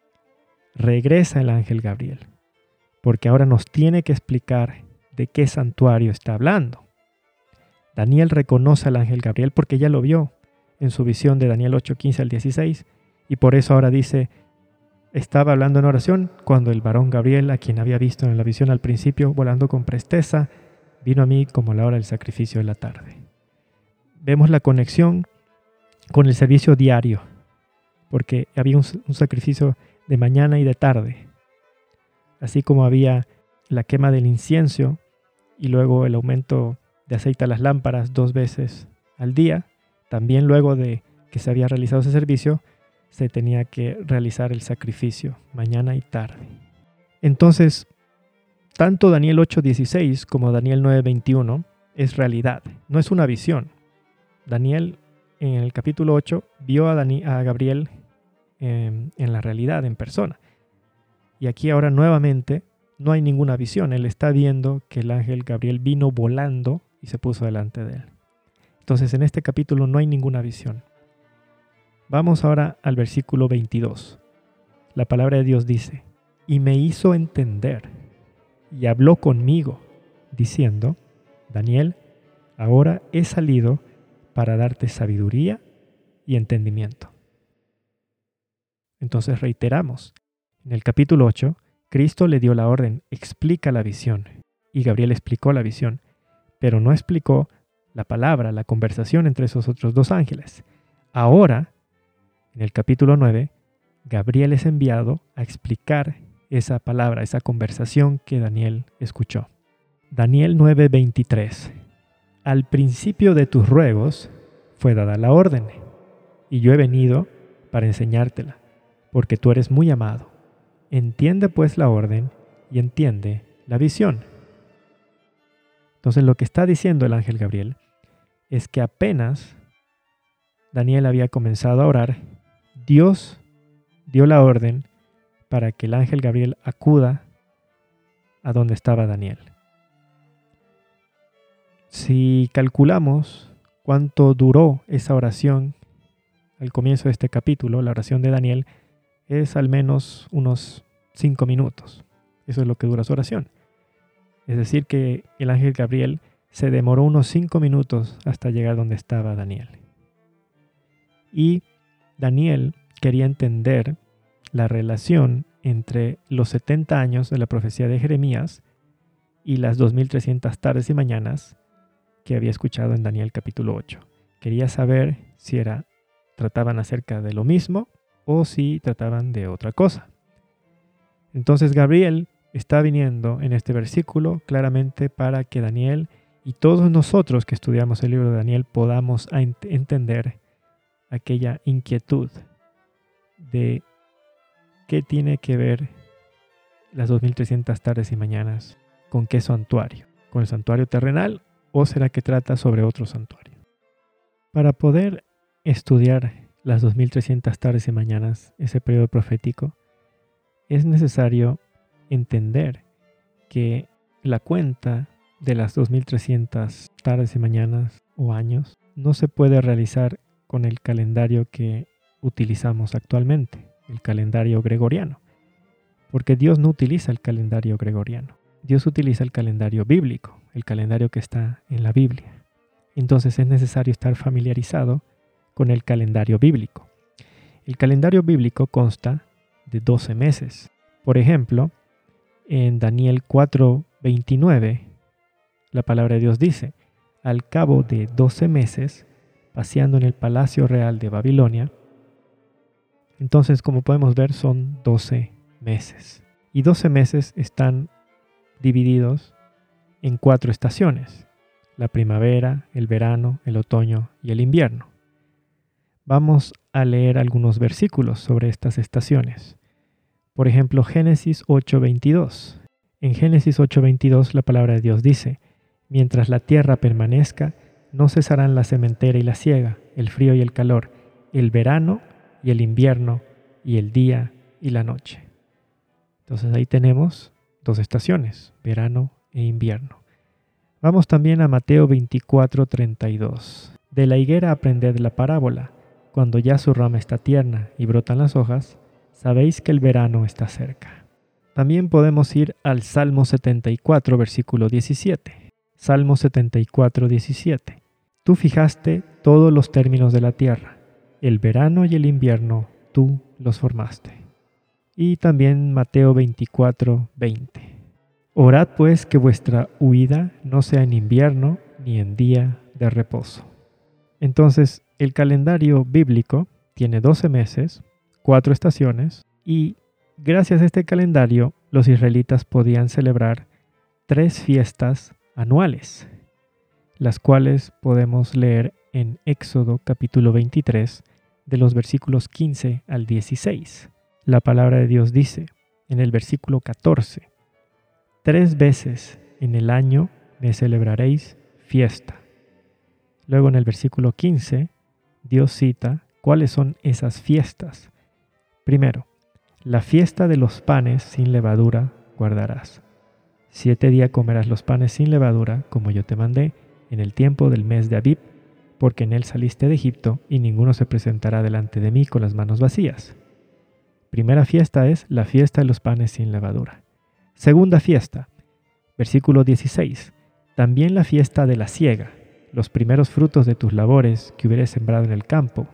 regresa el ángel Gabriel, porque ahora nos tiene que explicar de qué santuario está hablando. Daniel reconoce al ángel Gabriel porque ya lo vio en su visión de Daniel 8:15 al 16, y por eso ahora dice: estaba hablando en oración cuando el varón Gabriel, a quien había visto en la visión al principio volando con presteza, vino a mí como la hora del sacrificio de la tarde. Vemos la conexión con el servicio diario, porque había un sacrificio de mañana y de tarde, así como había la quema del incienso y luego el aumento de aceite a las lámparas 2 veces al día. También luego de que se había realizado ese servicio, se tenía que realizar el sacrificio mañana y tarde. Entonces, tanto Daniel 8:16 como Daniel 9:21 es realidad, no es una visión. Daniel en el capítulo 8 vio a Gabriel en la realidad, en persona. Y aquí ahora nuevamente no hay ninguna visión. Él está viendo que el ángel Gabriel vino volando y se puso delante de él. Entonces en este capítulo no hay ninguna visión. Vamos ahora al versículo 22. La palabra de Dios dice: y me hizo entender y habló conmigo, diciendo: Daniel, ahora he salido para darte sabiduría y entendimiento. Entonces reiteramos, en el capítulo 8, Cristo le dio la orden: explica la visión. Y Gabriel explicó la visión, pero no explicó la palabra, la conversación entre esos otros 2 ángeles. Ahora, en el capítulo 9, Gabriel es enviado a explicar esa palabra, esa conversación que Daniel escuchó. Daniel 9:23. Al principio de tus ruegos fue dada la orden, y yo he venido para enseñártela, porque tú eres muy amado. Entiende pues la orden y entiende la visión. Entonces lo que está diciendo el ángel Gabriel es que apenas Daniel había comenzado a orar, Dios dio la orden para que el ángel Gabriel acuda a donde estaba Daniel. Si calculamos cuánto duró esa oración al comienzo de este capítulo, la oración de Daniel es al menos unos 5 minutos. Eso es lo que dura su oración. Es decir, que el ángel Gabriel se demoró unos 5 minutos hasta llegar donde estaba Daniel. Y Daniel quería entender la relación entre los 70 años de la profecía de Jeremías y las 2300 tardes y mañanas que había escuchado en Daniel capítulo 8. Quería saber si trataban acerca de lo mismo o si trataban de otra cosa. Entonces Gabriel está viniendo en este versículo claramente para que Daniel y todos nosotros que estudiamos el libro de Daniel podamos entender aquella inquietud de qué tiene que ver las 2300 tardes y mañanas con qué santuario, con el santuario terrenal, o será que trata sobre otro santuario. Para poder estudiar las 2300 tardes y mañanas, ese periodo profético, es necesario entender que la cuenta de las 2300 tardes y mañanas o años no se puede realizar con el calendario que utilizamos actualmente, el calendario gregoriano, porque Dios no utiliza el calendario gregoriano. Dios utiliza el calendario bíblico, el calendario que está en la Biblia. Entonces es necesario estar familiarizado con el calendario bíblico. El calendario bíblico consta de 12 meses. Por ejemplo, en Daniel 4:29, la palabra de Dios dice: al cabo de 12 meses, paseando en el palacio real de Babilonia. Entonces, como podemos ver, son 12 meses. Y 12 meses están divididos en 4 estaciones: la primavera, el verano, el otoño y el invierno. Vamos a leer algunos versículos sobre estas estaciones. Por ejemplo, Génesis 8:22. En Génesis 8:22 la palabra de Dios dice: Mientras la tierra permanezca, no cesarán la sementera y la siega, el frío y el calor, el verano y el invierno, y el día y la noche. Entonces ahí tenemos 2 estaciones, verano e invierno. Vamos también a Mateo 24:32. De la higuera aprended la parábola. Cuando ya su rama está tierna y brotan las hojas, sabéis que el verano está cerca. También podemos ir al Salmo 74, versículo 17. Salmo 74, 17. Tú fijaste todos los términos de la tierra. El verano y el invierno tú los formaste. Y también Mateo 24, 20. Orad pues que vuestra huida no sea en invierno ni en día de reposo. Entonces, el calendario bíblico tiene 12 meses, 4 estaciones, y gracias a este calendario, los israelitas podían celebrar 3 fiestas anuales, las cuales podemos leer en Éxodo capítulo 23, de los versículos 15 al 16. La palabra de Dios dice, en el versículo 14, 3 veces en el año me celebraréis fiesta. Luego en el versículo 15, Dios cita cuáles son esas fiestas. Primero, la fiesta de los panes sin levadura guardarás. 7 días comerás los panes sin levadura, como yo te mandé, en el tiempo del mes de Abib, porque en él saliste de Egipto, y ninguno se presentará delante de mí con las manos vacías. Primera fiesta es la fiesta de los panes sin levadura. Segunda fiesta, versículo 16, también la fiesta de la siega, los primeros frutos de tus labores que hubieres sembrado en el campo.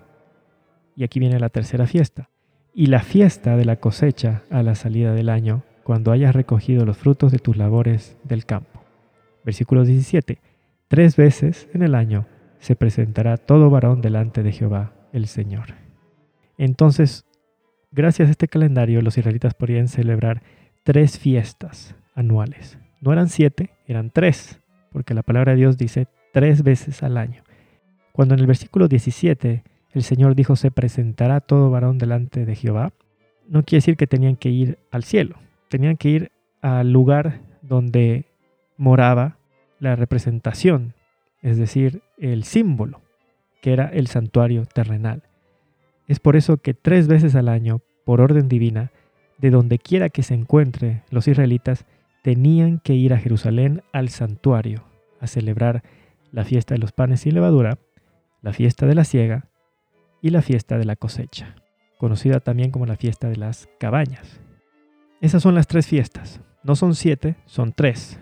Y aquí viene la tercera fiesta, y la fiesta de la cosecha a la salida del año, cuando hayas recogido los frutos de tus labores del campo. Versículo 17, 3 veces en el año se presentará todo varón delante de Jehová el Señor. Entonces, gracias a este calendario, los israelitas podían celebrar 3 fiestas anuales. No eran 7, eran 3, porque la palabra de Dios dice 3 veces al año. Cuando en el versículo 17 el Señor dijo se presentará todo varón delante de Jehová, no quiere decir que tenían que ir al cielo, tenían que ir al lugar donde moraba la representación, es decir, el símbolo, que era el santuario terrenal. Es por eso que 3 veces al año, por orden divina, de donde quiera que se encuentre los israelitas, tenían que ir a Jerusalén al santuario a celebrar la fiesta de los panes sin levadura, la fiesta de la siega y la fiesta de la cosecha, conocida también como la fiesta de las cabañas. Esas son las 3 fiestas. No son 7, son 3.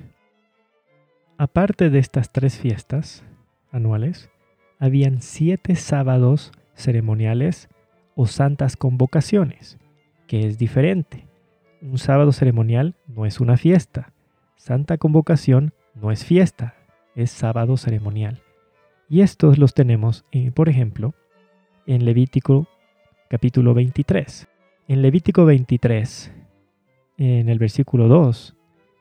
Aparte de estas 3 fiestas anuales, habían 7 sábados ceremoniales o santas convocaciones, que es diferente. Un sábado ceremonial no es una fiesta. Santa convocación no es fiesta, es sábado ceremonial. Y estos los tenemos, por ejemplo, en Levítico capítulo 23. En Levítico 23, en el versículo 2,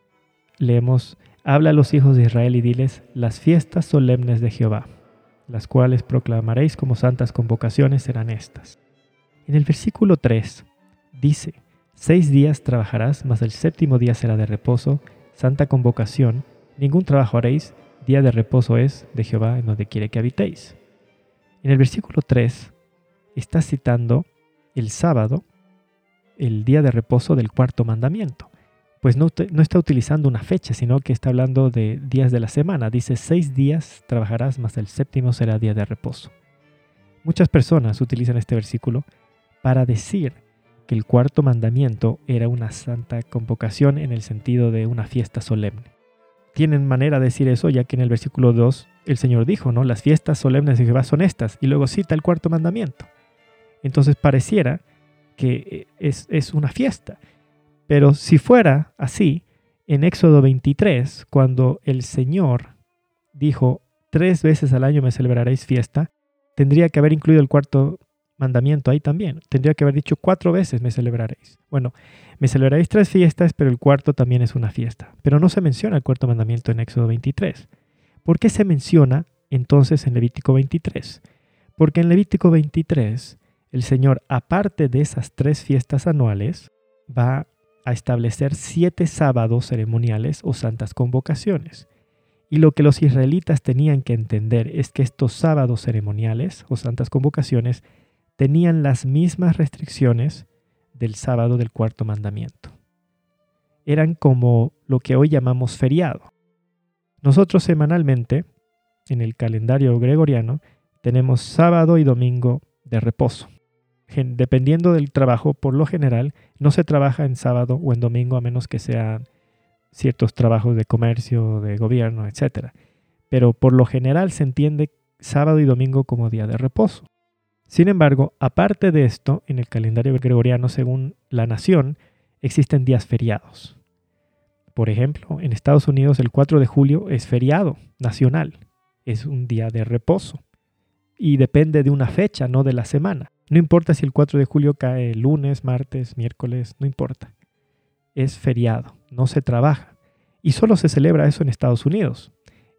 leemos, habla a los hijos de Israel y diles, las fiestas solemnes de Jehová, las cuales proclamaréis como santas convocaciones serán estas. En el versículo 3 dice, 6 días trabajarás, mas el 7º día será de reposo, santa convocación, ningún trabajo haréis, día de reposo es de Jehová en donde quiere que habitéis. En el versículo 3 está citando el sábado, el día de reposo del 4º mandamiento. Pues no está utilizando una fecha, sino que está hablando de días de la semana. Dice, 6 días trabajarás, mas el 7º será día de reposo. Muchas personas utilizan este versículo para decir que el 4º mandamiento era una santa convocación en el sentido de una fiesta solemne. Tienen manera de decir eso, ya que en el versículo 2 el Señor dijo, ¿no? Las fiestas solemnes de Jehová son estas, y luego cita el 4º mandamiento. Entonces pareciera que es una fiesta. Pero si fuera así, en Éxodo 23, cuando el Señor dijo, 3 veces al año me celebraréis fiesta, tendría que haber incluido el 4º mandamiento ahí también. Tendría que haber dicho 4 veces me celebraréis. Bueno, me celebraréis 3 fiestas, pero el 4º también es una fiesta. Pero no se menciona el 4º mandamiento en Éxodo 23. ¿Por qué se menciona entonces en Levítico 23? Porque en Levítico 23, el Señor, aparte de esas 3 fiestas anuales, va a establecer 7 sábados ceremoniales o santas convocaciones. Y lo que los israelitas tenían que entender es que estos sábados ceremoniales o santas convocaciones tenían las mismas restricciones del sábado del cuarto mandamiento. Eran como lo que hoy llamamos feriado. Nosotros semanalmente, en el calendario gregoriano, tenemos sábado y domingo de reposo. Dependiendo del trabajo, por lo general, no se trabaja en sábado o en domingo a menos que sean ciertos trabajos de comercio, de gobierno, etc. Pero por lo general se entiende sábado y domingo como día de reposo. Sin embargo, aparte de esto, en el calendario gregoriano, según la nación, existen días feriados. Por ejemplo, en Estados Unidos el 4 de julio es feriado nacional, es un día de reposo y depende de una fecha, no de la semana. No importa si el 4 de julio cae lunes, martes, miércoles, no importa. Es feriado, no se trabaja y solo se celebra eso en Estados Unidos.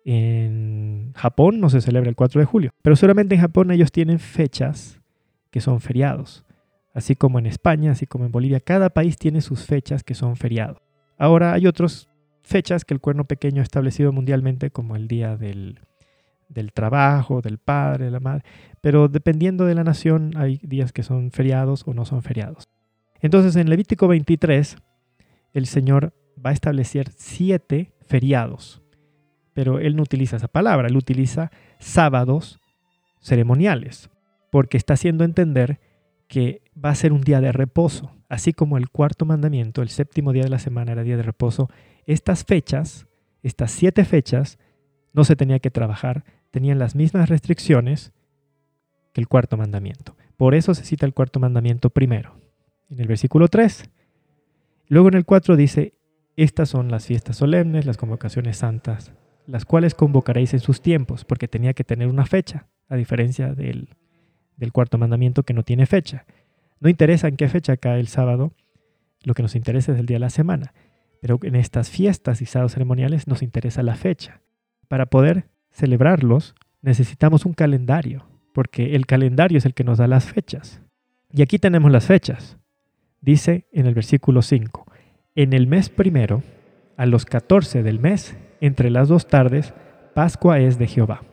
En Japón no se celebra el 4 de julio, pero solamente en Japón ellos tienen fechas que son feriados. Así como en España, así como en Bolivia, cada país tiene sus fechas que son feriados. Ahora hay otras fechas que el Cuerno Pequeño ha establecido mundialmente, como el día del trabajo, del padre, de la madre, pero dependiendo de la nación hay días que son feriados o no son feriados. Entonces en Levítico 23 el Señor va a establecer 7 feriados, pero Él no utiliza esa palabra, Él utiliza sábados ceremoniales, porque está haciendo entender que va a ser un día de reposo, así como el cuarto mandamiento, el séptimo día de la semana era día de reposo. Estas fechas, estas 7 fechas, no se tenía que trabajar, tenían las mismas restricciones que el cuarto mandamiento. Por eso se cita el cuarto mandamiento primero, en el versículo 3. Luego en el 4 dice, estas son las fiestas solemnes, las convocaciones santas, las cuales convocaréis en sus tiempos, porque tenía que tener una fecha, a diferencia del cuarto mandamiento que no tiene fecha. No interesa en qué fecha cae el sábado, lo que nos interesa es el día de la semana. Pero en estas fiestas y sábados ceremoniales nos interesa la fecha. Para poder celebrarlos necesitamos un calendario, porque el calendario es el que nos da las fechas. Y aquí tenemos las fechas. Dice en el versículo 5, en el mes primero, a los 14 del mes, entre las 2 tardes, Pascua es de Jehová.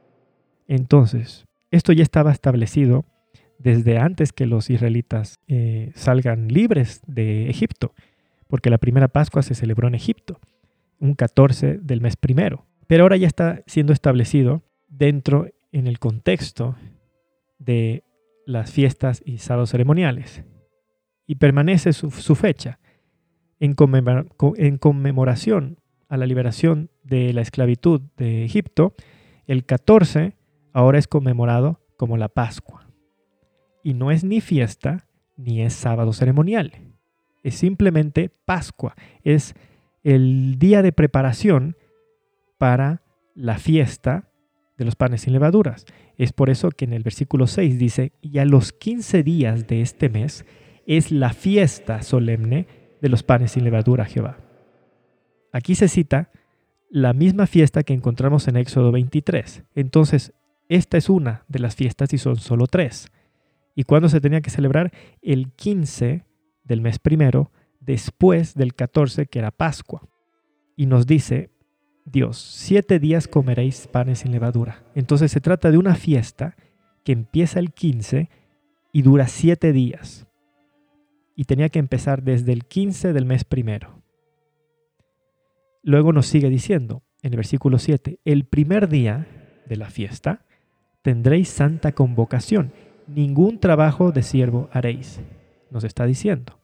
Entonces, esto ya estaba establecido desde antes que los israelitas salgan libres de Egipto, porque la primera Pascua se celebró en Egipto, un 14 del mes primero. Pero ahora ya está siendo establecido dentro en el contexto de las fiestas y sábados ceremoniales. Y permanece su fecha en conmemoración a la liberación de la esclavitud de Egipto. El 14 ahora es conmemorado como la Pascua. Y no es ni fiesta ni es sábado ceremonial. Es simplemente Pascua. Es el día de preparación para la fiesta de los panes sin levaduras. Es por eso que en el versículo 6 dice, y a los 15 días de este mes es la fiesta solemne de los panes sin levadura a Jehová. Aquí se cita la misma fiesta que encontramos en Éxodo 23. Entonces, esta es una de las fiestas y son solo 3. ¿Y cuándo se tenía que celebrar? El 15 del mes primero, después del 14, que era Pascua. Y nos dice Dios, 7 días comeréis panes sin levadura. Entonces se trata de una fiesta que empieza el 15 y dura 7 días. Y tenía que empezar desde el 15 del mes primero. Luego nos sigue diciendo, en el versículo 7, el primer día de la fiesta tendréis santa convocación. Ningún trabajo de siervo haréis. Nos está diciendo.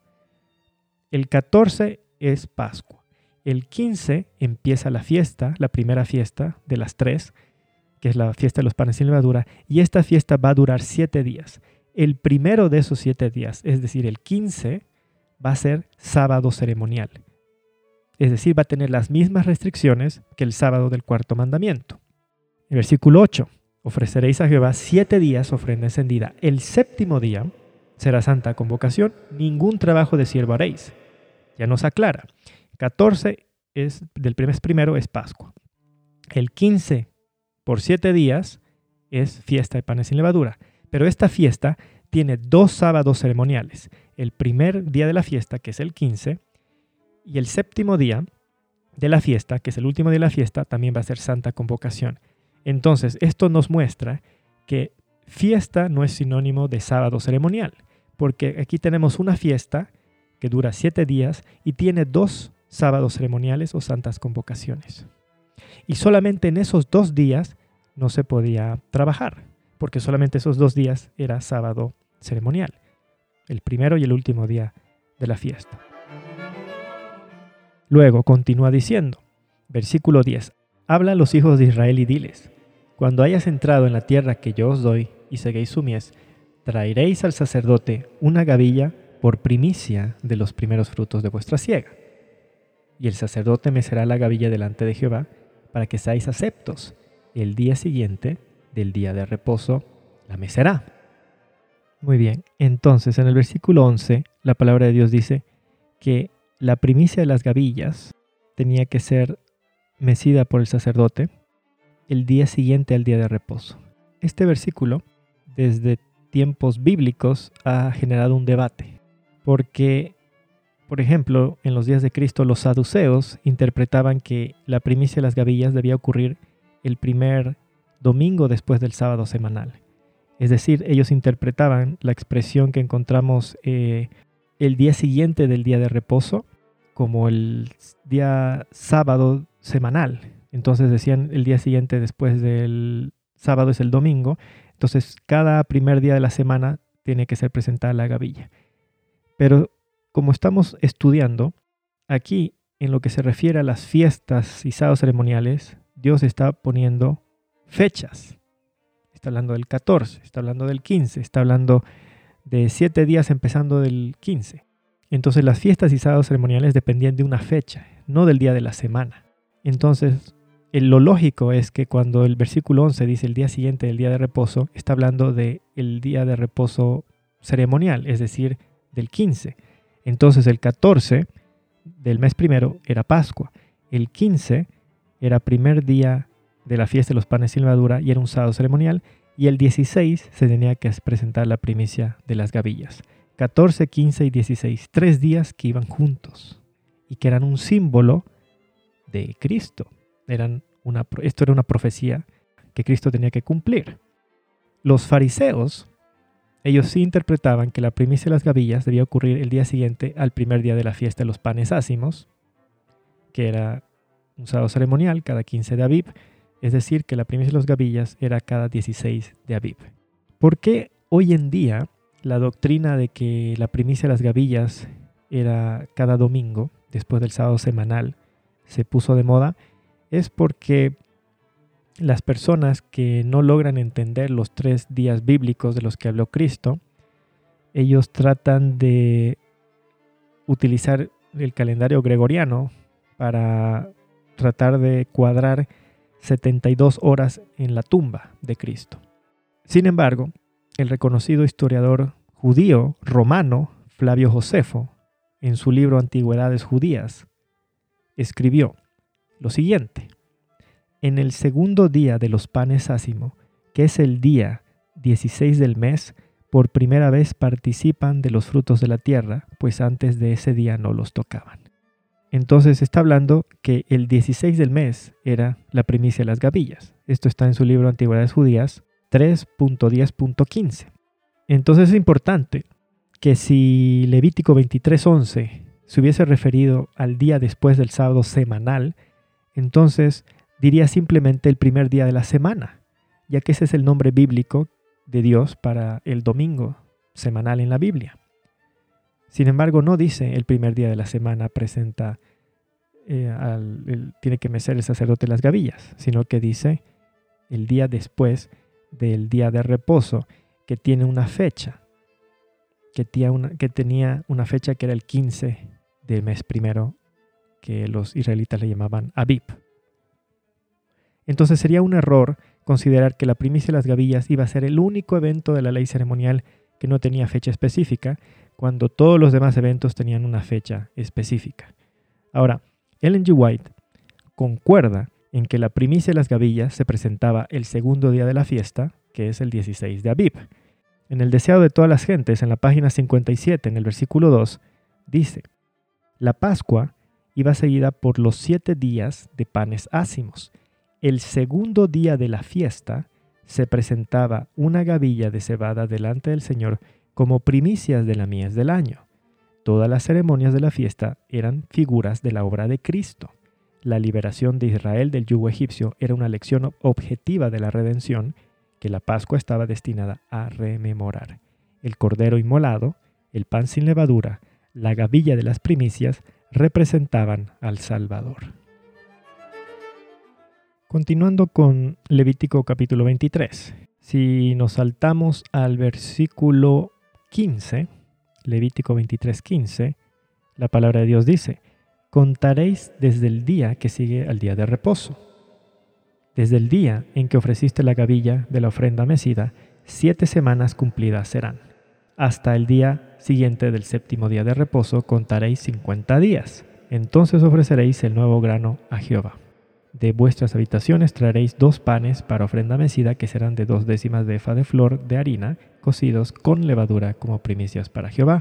El 14 es Pascua. El 15 empieza la fiesta, la primera fiesta de las 3, que es la fiesta de los panes sin levadura, y esta fiesta va a durar 7 días. El primero de esos 7 días, es decir, el 15, va a ser sábado ceremonial. Es decir, va a tener las mismas restricciones que el sábado del cuarto mandamiento. El versículo 8, ofreceréis a Jehová 7 días ofrenda encendida. El séptimo día será santa convocación, ningún trabajo de siervo haréis. Ya nos aclara. 14 es del mes primero es Pascua. El 15 por 7 días es fiesta de panes sin levadura. Pero esta fiesta tiene 2 sábados ceremoniales. El primer día de la fiesta, que es el 15, y el séptimo día, de la fiesta, que es el último día de la fiesta, también va a ser Santa Convocación. Entonces, esto nos muestra que fiesta no es sinónimo de sábado ceremonial, porque aquí tenemos una fiesta que dura 7 días y tiene 2 sábados ceremoniales o santas convocaciones. Y solamente en esos 2 días no se podía trabajar, porque solamente esos 2 días era sábado ceremonial, el primero y el último día de la fiesta. Luego continúa diciendo, versículo 10, habla a los hijos de Israel y diles, cuando hayas entrado en la tierra que yo os doy y seguéis su mies, traeréis al sacerdote una gavilla por primicia de los primeros frutos de vuestra siega. Y el sacerdote mecerá la gavilla delante de Jehová para que seáis aceptos. El día siguiente del día de reposo la mecerá. Muy bien, entonces en el versículo 11 la palabra de Dios dice que la primicia de las gavillas tenía que ser mecida por el sacerdote el día siguiente al día de reposo. Este versículo, desde tiempos bíblicos, ha generado un debate, porque, por ejemplo, en los días de Cristo, los saduceos interpretaban que la primicia de las gavillas debía ocurrir el primer domingo después del sábado semanal. Es decir, ellos interpretaban la expresión que encontramos el día siguiente del día de reposo como el día sábado semanal. Entonces decían el día siguiente después del sábado es el domingo. Entonces cada primer día de la semana tiene que ser presentada la gavilla. Pero como estamos estudiando, aquí en lo que se refiere a las fiestas y sábados ceremoniales, Dios está poniendo fechas. Está hablando del 14, está hablando del 15, está hablando de 7 días empezando del 15. Entonces las fiestas y sábados ceremoniales dependían de una fecha, no del día de la semana. Entonces lo lógico es que cuando el versículo 11 dice el día siguiente del día de reposo, está hablando del día de reposo ceremonial, es decir, del 15. Entonces el 14 del mes primero era Pascua, el 15 era primer día de la fiesta de los panes sin levadura y era un sábado ceremonial, y el 16 se tenía que presentar la primicia de las gavillas. 14, 15 y 16, 3 días que iban juntos y que eran un símbolo de Cristo. Esto era una profecía que Cristo tenía que cumplir. Los fariseos, ellos sí interpretaban que la primicia de las gavillas debía ocurrir el día siguiente al primer día de la fiesta de los panes ácimos, que era un sábado ceremonial cada 15 de Abib, es decir, que la primicia de las gavillas era cada 16 de Abib. ¿Por qué hoy en día la doctrina de que la primicia de las gavillas era cada domingo, después del sábado semanal, se puso de moda? Es porque las personas que no logran entender los 3 días bíblicos de los que habló Cristo, ellos tratan de utilizar el calendario gregoriano para tratar de cuadrar 72 horas en la tumba de Cristo. Sin embargo, el reconocido historiador judío romano Flavio Josefo, en su libro Antigüedades Judías, escribió lo siguiente: en el segundo día de los panes ácimo, que es el día 16 del mes, por primera vez participan de los frutos de la tierra, pues antes de ese día no los tocaban. Entonces está hablando que el 16 del mes era la primicia de las gavillas. Esto está en su libro Antigüedades Judías 3.10.15. Entonces es importante que si Levítico 23.11 se hubiese referido al día después del sábado semanal, entonces diría simplemente el primer día de la semana, ya que ese es el nombre bíblico de Dios para el domingo semanal en la Biblia. Sin embargo, no dice el primer día de la semana presenta, tiene que mecer el sacerdote las gavillas, sino que dice el día después del día de reposo, que tiene una fecha, que tenía una fecha que era el 15 del mes primero, que los israelitas le llamaban Abib. Entonces sería un error considerar que la primicia de las gavillas iba a ser el único evento de la ley ceremonial que no tenía fecha específica, cuando todos los demás eventos tenían una fecha específica. Ahora, Ellen G. White concuerda en que la primicia de las gavillas se presentaba el segundo día de la fiesta, que es el 16 de Abib. En el deseado de todas las gentes, en la página 57, en el versículo 2, dice: la Pascua iba seguida por los 7 días de panes ácimos. El segundo día de la fiesta se presentaba una gavilla de cebada delante del Señor como primicias de la mies del año. Todas las ceremonias de la fiesta eran figuras de la obra de Cristo. La liberación de Israel del yugo egipcio era una lección objetiva de la redención que la Pascua estaba destinada a rememorar. El cordero inmolado, el pan sin levadura, la gavilla de las primicias representaban al Salvador. Continuando con Levítico capítulo 23. Si nos saltamos al versículo 15, Levítico 23:15, la palabra de Dios dice: contaréis desde el día que sigue al día de reposo. Desde el día en que ofreciste la gavilla de la ofrenda mecida, 7 semanas cumplidas serán. Hasta el día siguiente del séptimo día de reposo contaréis 50 días. Entonces ofreceréis el nuevo grano a Jehová. De vuestras habitaciones traeréis 2 panes para ofrenda mecida que serán de 2 décimas de efa de flor de harina, cocidos con levadura como primicias para Jehová.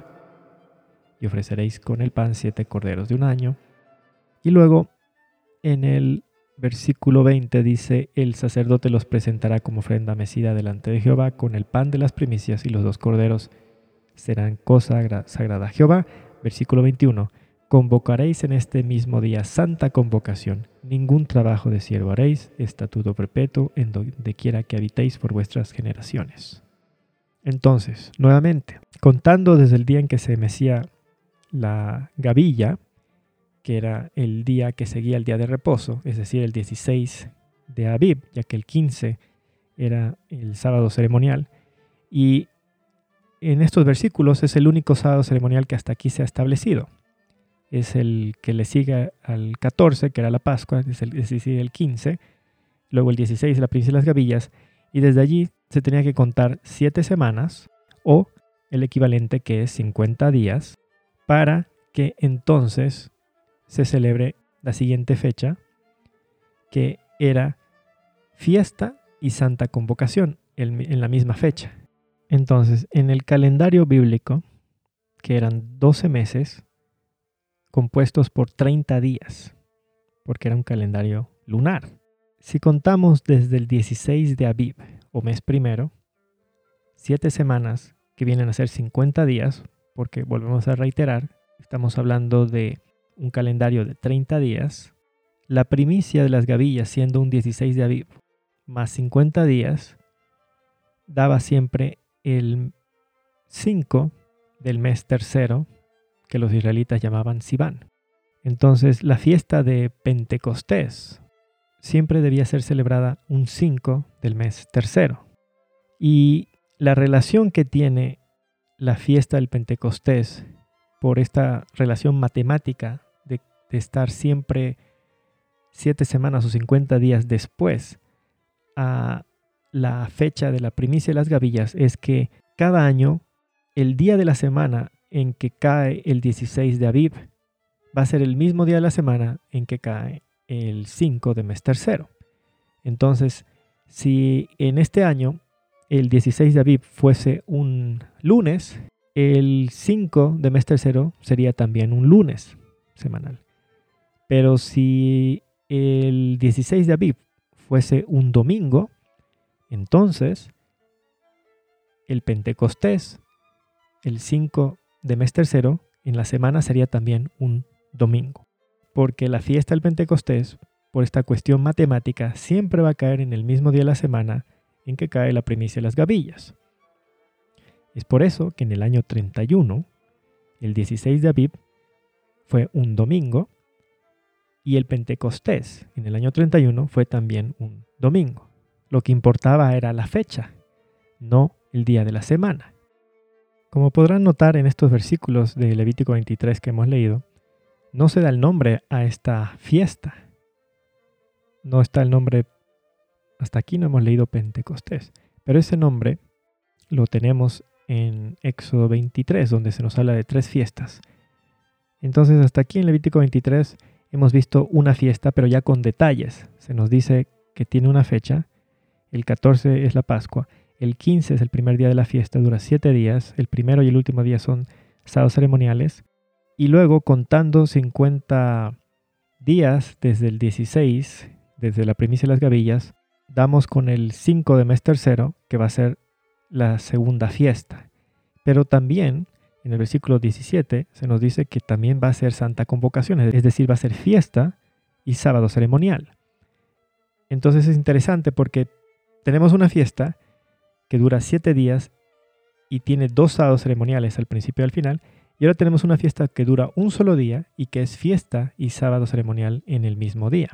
Y ofreceréis con el pan 7 corderos de un año. Y luego en el versículo 20 dice: el sacerdote los presentará como ofrenda mecida delante de Jehová con el pan de las primicias, y los 2 corderos serán cosa sagrada a Jehová. Versículo 21. Convocaréis en este mismo día santa convocación. Ningún trabajo de siervo haréis, estatuto perpetuo en donde quiera que habitéis por vuestras generaciones. Entonces, nuevamente, contando desde el día en que se mecía la gavilla, que era el día que seguía el día de reposo, es decir, el 16 de Abib, ya que el 15 era el sábado ceremonial, y en estos versículos es el único sábado ceremonial que hasta aquí se ha establecido. Es el que le sigue al 14, que era la Pascua, es decir, el 15, luego el 16, la primicias de las gavillas, y desde allí se tenía que contar 7 semanas, o el equivalente que es 50 días, para que entonces se celebre la siguiente fecha, que era fiesta y santa convocación, en la misma fecha. Entonces, en el calendario bíblico, que eran 12 meses, compuestos por 30 días, porque era un calendario lunar. Si contamos desde el 16 de Abib, o mes primero, 7 semanas que vienen a ser 50 días, porque volvemos a reiterar, estamos hablando de un calendario de 30 días, la primicia de las gavillas siendo un 16 de Abib, más 50 días, daba siempre el 5 del mes tercero, que los israelitas llamaban Sivan. Entonces, la fiesta de Pentecostés siempre debía ser celebrada un 5 del mes tercero. Y la relación que tiene la fiesta del Pentecostés por esta relación matemática de estar siempre 7 semanas o 50 días después a la fecha de la primicia de las gavillas es que cada año el día de la semana en que cae el 16 de Abib va a ser el mismo día de la semana en que cae el 5 de mes tercero. Entonces, si en este año el 16 de Abib fuese un lunes, el 5 de mes tercero sería también un lunes semanal. Pero si el 16 de Abib fuese un domingo, entonces el Pentecostés, el 5 de mes tercero, en la semana sería también un domingo. Porque la fiesta del Pentecostés, por esta cuestión matemática, siempre va a caer en el mismo día de la semana en que cae la primicia de las gavillas. Es por eso que en el año 31, el 16 de Abib fue un domingo, y el Pentecostés en el año 31 fue también un domingo. Lo que importaba era la fecha, no el día de la semana. Como podrán notar en estos versículos de Levítico 23 que hemos leído, no se da el nombre a esta fiesta. No está el nombre, hasta aquí no hemos leído Pentecostés, pero ese nombre lo tenemos en Éxodo 23, donde se nos habla de 3 fiestas. Entonces, hasta aquí en Levítico 23 hemos visto una fiesta, pero ya con detalles. Se nos dice que tiene una fecha, el 14 es la Pascua, el 15 es el primer día de la fiesta, dura 7 días, el primero y el último día son sábados ceremoniales, y luego contando 50 días desde el 16, desde la primicia de las gavillas, damos con el 5 del mes tercero, que va a ser la segunda fiesta. Pero también en el versículo 17 se nos dice que también va a ser Santa Convocación, es decir, va a ser fiesta y sábado ceremonial. Entonces es interesante porque tenemos una fiesta que dura 7 días y tiene 2 sábados ceremoniales al principio y al final. Y ahora tenemos una fiesta que dura un solo día y que es fiesta y sábado ceremonial en el mismo día.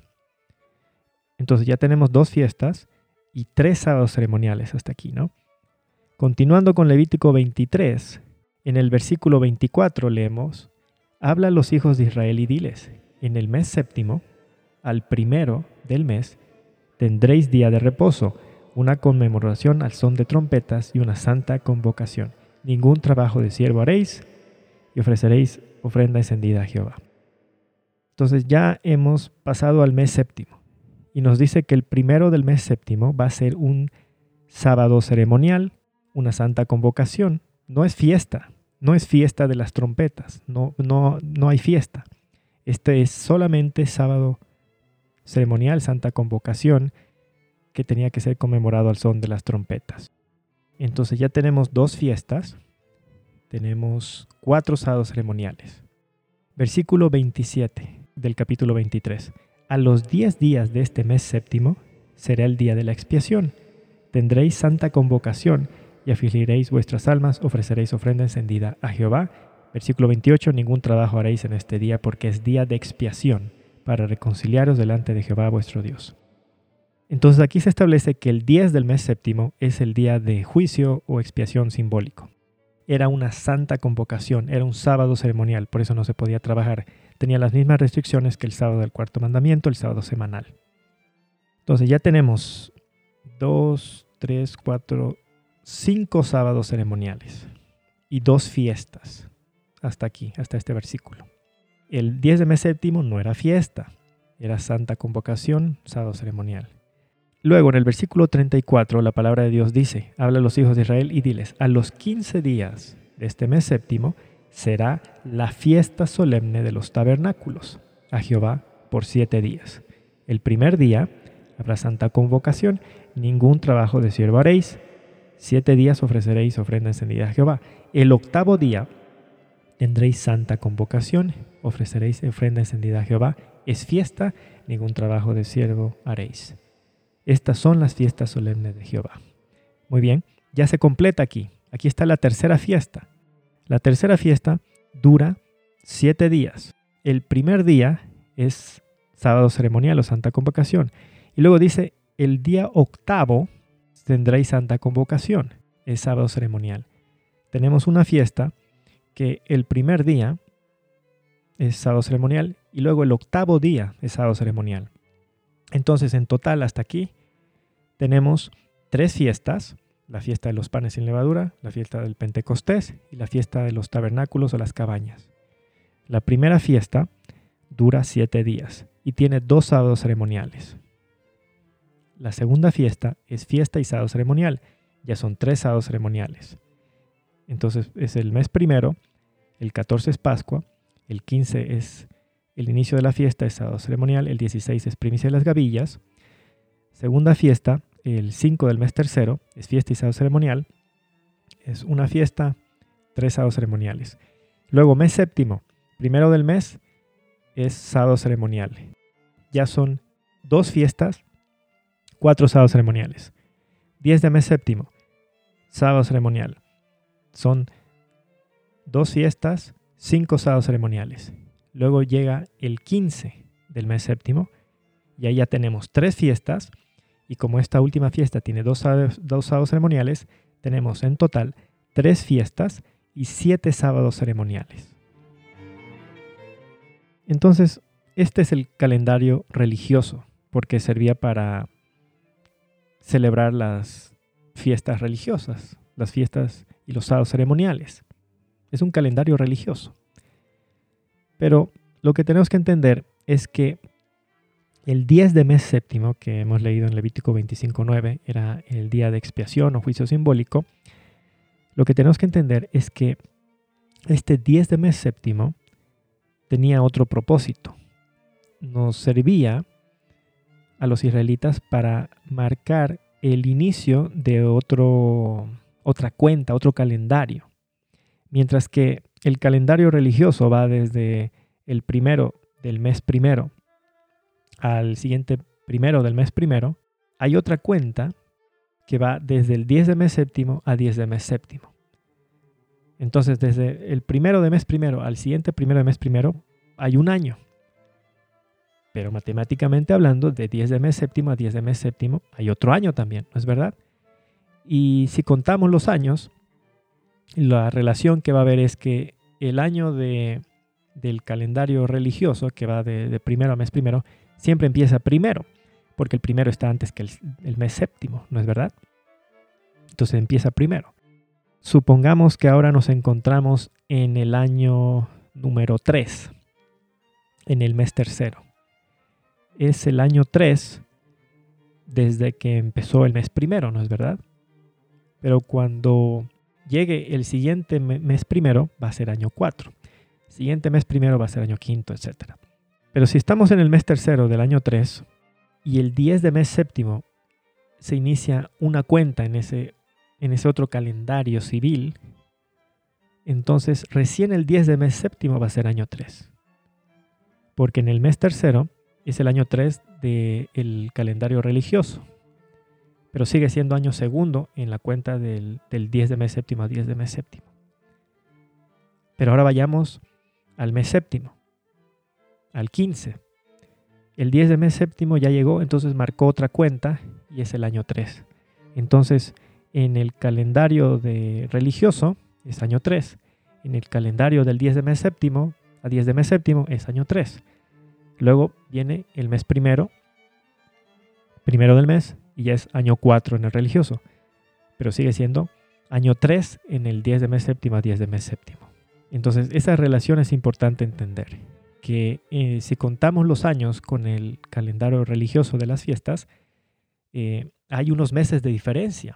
Entonces ya tenemos 2 fiestas y 3 sábados ceremoniales hasta aquí, ¿no? Continuando con Levítico 23, en el versículo 24 leemos: habla a los hijos de Israel y diles, en el mes séptimo, al primero del mes, tendréis día de reposo, una conmemoración al son de trompetas y una santa convocación. Ningún trabajo de siervo haréis y ofreceréis ofrenda encendida a Jehová. Entonces ya hemos pasado al mes séptimo y nos dice que el primero del mes séptimo va a ser un sábado ceremonial, una santa convocación. No es fiesta de las trompetas, no hay fiesta. Este es solamente sábado ceremonial, santa convocación, que tenía que ser conmemorado al son de las trompetas. Entonces ya tenemos 2 fiestas, tenemos 4 sábados ceremoniales. Versículo 27 del capítulo 23. A los 10 días de este mes séptimo será el día de la expiación. Tendréis santa convocación y afligiréis vuestras almas, ofreceréis ofrenda encendida a Jehová. Versículo 28. Ningún trabajo haréis en este día porque es día de expiación para reconciliaros delante de Jehová vuestro Dios. Entonces aquí se establece que el 10 del mes séptimo es el día de juicio o expiación simbólico. Era una santa convocación, era un sábado ceremonial, por eso no se podía trabajar. Tenía las mismas restricciones que el sábado del cuarto mandamiento, el sábado semanal. Entonces ya tenemos 2, 3, 4, 5 sábados ceremoniales y 2 fiestas hasta aquí, hasta este versículo. El 10 del mes séptimo no era fiesta, era santa convocación, sábado ceremonial. Luego en el versículo 34 la palabra de Dios dice: habla a los hijos de Israel y diles, a los 15 días de este mes séptimo será la fiesta solemne de los tabernáculos a Jehová por 7 días. El primer día habrá santa convocación, ningún trabajo de siervo haréis, 7 días ofreceréis ofrenda encendida a Jehová. El octavo día tendréis santa convocación, ofreceréis ofrenda encendida a Jehová, es fiesta, ningún trabajo de siervo haréis. Estas son las fiestas solemnes de Jehová. Muy bien, ya se completa aquí. Aquí está la tercera fiesta. La tercera fiesta dura 7 días. El primer día es sábado ceremonial o santa convocación. Y luego dice, el día octavo tendréis santa convocación. Es sábado ceremonial. Tenemos una fiesta que el primer día es sábado ceremonial y luego el octavo día es sábado ceremonial. Entonces, en total, hasta aquí, tenemos 3 fiestas: la fiesta de los panes sin levadura, la fiesta del Pentecostés y la fiesta de los tabernáculos o las cabañas. La primera fiesta dura 7 días y tiene 2 sábados ceremoniales. La segunda fiesta es fiesta y sábado ceremonial, ya son 3 sábados ceremoniales. Entonces, es el mes primero, el 14 es Pascua, el 15 es el inicio de la fiesta, es sábado ceremonial, el 16 es primicia de las gavillas. Segunda fiesta, el 5 del mes tercero, es fiesta y sábado ceremonial. Es una fiesta, 3 sábados ceremoniales. Luego, mes séptimo, primero del mes, es sábado ceremonial. Ya son 2 fiestas, 4 sábados ceremoniales. 10 de mes séptimo, sábado ceremonial. Son 2 fiestas, 5 sábados ceremoniales. Luego llega el 15 del mes séptimo y ahí ya tenemos 3 fiestas y como esta última fiesta tiene 2 sábados ceremoniales, tenemos en total 3 fiestas y 7 sábados ceremoniales. Entonces, este es el calendario religioso porque servía para celebrar las fiestas religiosas, las fiestas y los sábados ceremoniales. Es un calendario religioso. Pero lo que tenemos que entender es que el 10 de mes séptimo, que hemos leído en Levítico 25:9, era el día de expiación o juicio simbólico. Lo que tenemos que entender es que este 10 de mes séptimo tenía otro propósito. nos servía a los israelitas para marcar el inicio de otra cuenta, otro calendario. Mientras que el calendario religioso va desde el primero del mes primero al siguiente primero del mes primero, hay otra cuenta que va desde el 10 del mes séptimo a 10 del mes séptimo. Entonces, desde el primero del mes primero al siguiente primero del mes primero hay un año. Pero matemáticamente hablando, de 10 del mes séptimo a 10 del mes séptimo hay otro año también, ¿no es verdad? Y si contamos los años, la relación que va a haber es que el año del calendario religioso, que va de primero a mes primero, siempre empieza primero, porque el primero está antes que el mes séptimo, ¿no es verdad? Entonces empieza primero. Supongamos que ahora nos encontramos en el año número 3, en el mes tercero. Es el año 3 desde que empezó el mes primero, ¿no es verdad? Pero cuando llegue el siguiente mes primero, va a ser año 4. Siguiente mes primero va a ser año quinto, etc. Pero si estamos en el mes tercero del año 3 y el 10 de mes séptimo se inicia una cuenta en ese otro calendario civil, entonces recién el 10 de mes séptimo va a ser año 3. Porque en el mes tercero es el año 3 del calendario religioso. Pero sigue siendo año segundo en la cuenta del 10 de mes séptimo a 10 de mes séptimo. Pero ahora vayamos al mes séptimo, al 15. El 10 de mes séptimo ya llegó, entonces marcó otra cuenta y es el año 3. Entonces, en el calendario religioso es año 3. En el calendario del 10 de mes séptimo a 10 de mes séptimo es año 3. Luego viene el mes primero del mes, y ya es año 4 en el religioso. Pero sigue siendo año 3 en el 10 de mes séptimo a 10 de mes séptimo. Entonces, esa relación es importante entender. Que si contamos los años con el calendario religioso de las fiestas, hay unos meses de diferencia.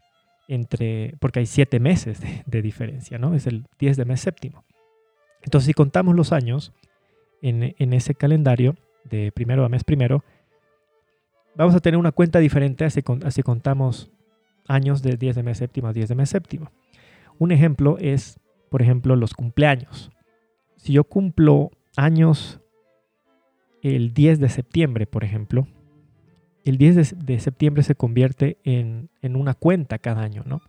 Porque hay 7 meses de diferencia, ¿no? Es el 10 de mes séptimo. Entonces, si contamos los años en ese calendario de primero a mes primero, vamos a tener una cuenta diferente así contamos años de 10 de mes séptimo a 10 de mes séptimo. Un ejemplo es, por ejemplo, los cumpleaños. Si yo cumplo años el 10 de septiembre, por ejemplo, el 10 de septiembre se convierte en una cuenta cada año, ¿no?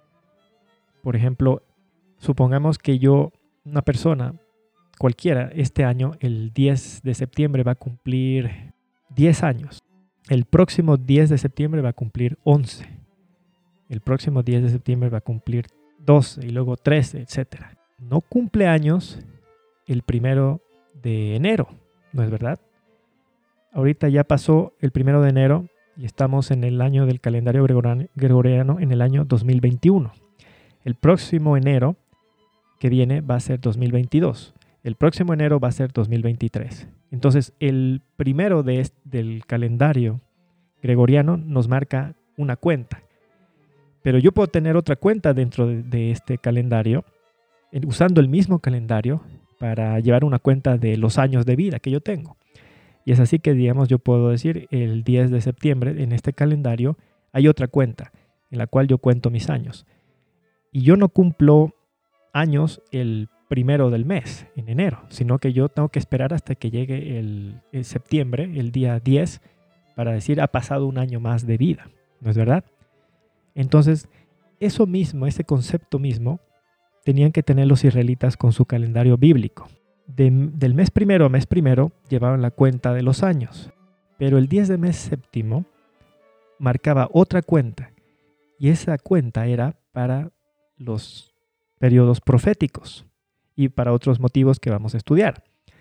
Por ejemplo, supongamos que una persona cualquiera, este año, el 10 de septiembre va a cumplir 10 años. El próximo 10 de septiembre va a cumplir 11. El próximo 10 de septiembre va a cumplir 12 y luego 13, etc. No cumple años el 1 de enero, ¿no es verdad? Ahorita ya pasó el 1 de enero y estamos en el año del calendario gregoriano en el año 2021. El próximo enero que viene va a ser 2022. El próximo enero va a ser 2023. Entonces, el primero del calendario gregoriano nos marca una cuenta. Pero yo puedo tener otra cuenta dentro de este calendario, usando el mismo calendario para llevar una cuenta de los años de vida que yo tengo. Y es así que, digamos, yo puedo decir el 10 de septiembre en este calendario hay otra cuenta en la cual yo cuento mis años. Y yo no cumplo años el 1 del mes, en enero, sino que yo tengo que esperar hasta que llegue el septiembre, el día 10, para decir ha pasado un año más de vida, ¿no es verdad? Entonces, eso mismo, ese concepto mismo, tenían que tener los israelitas con su calendario bíblico. Del mes primero a mes primero llevaban la cuenta de los años, pero el 10 de mes séptimo marcaba otra cuenta, y esa cuenta era para los periodos proféticos y para otros motivos que vamos a estudiar.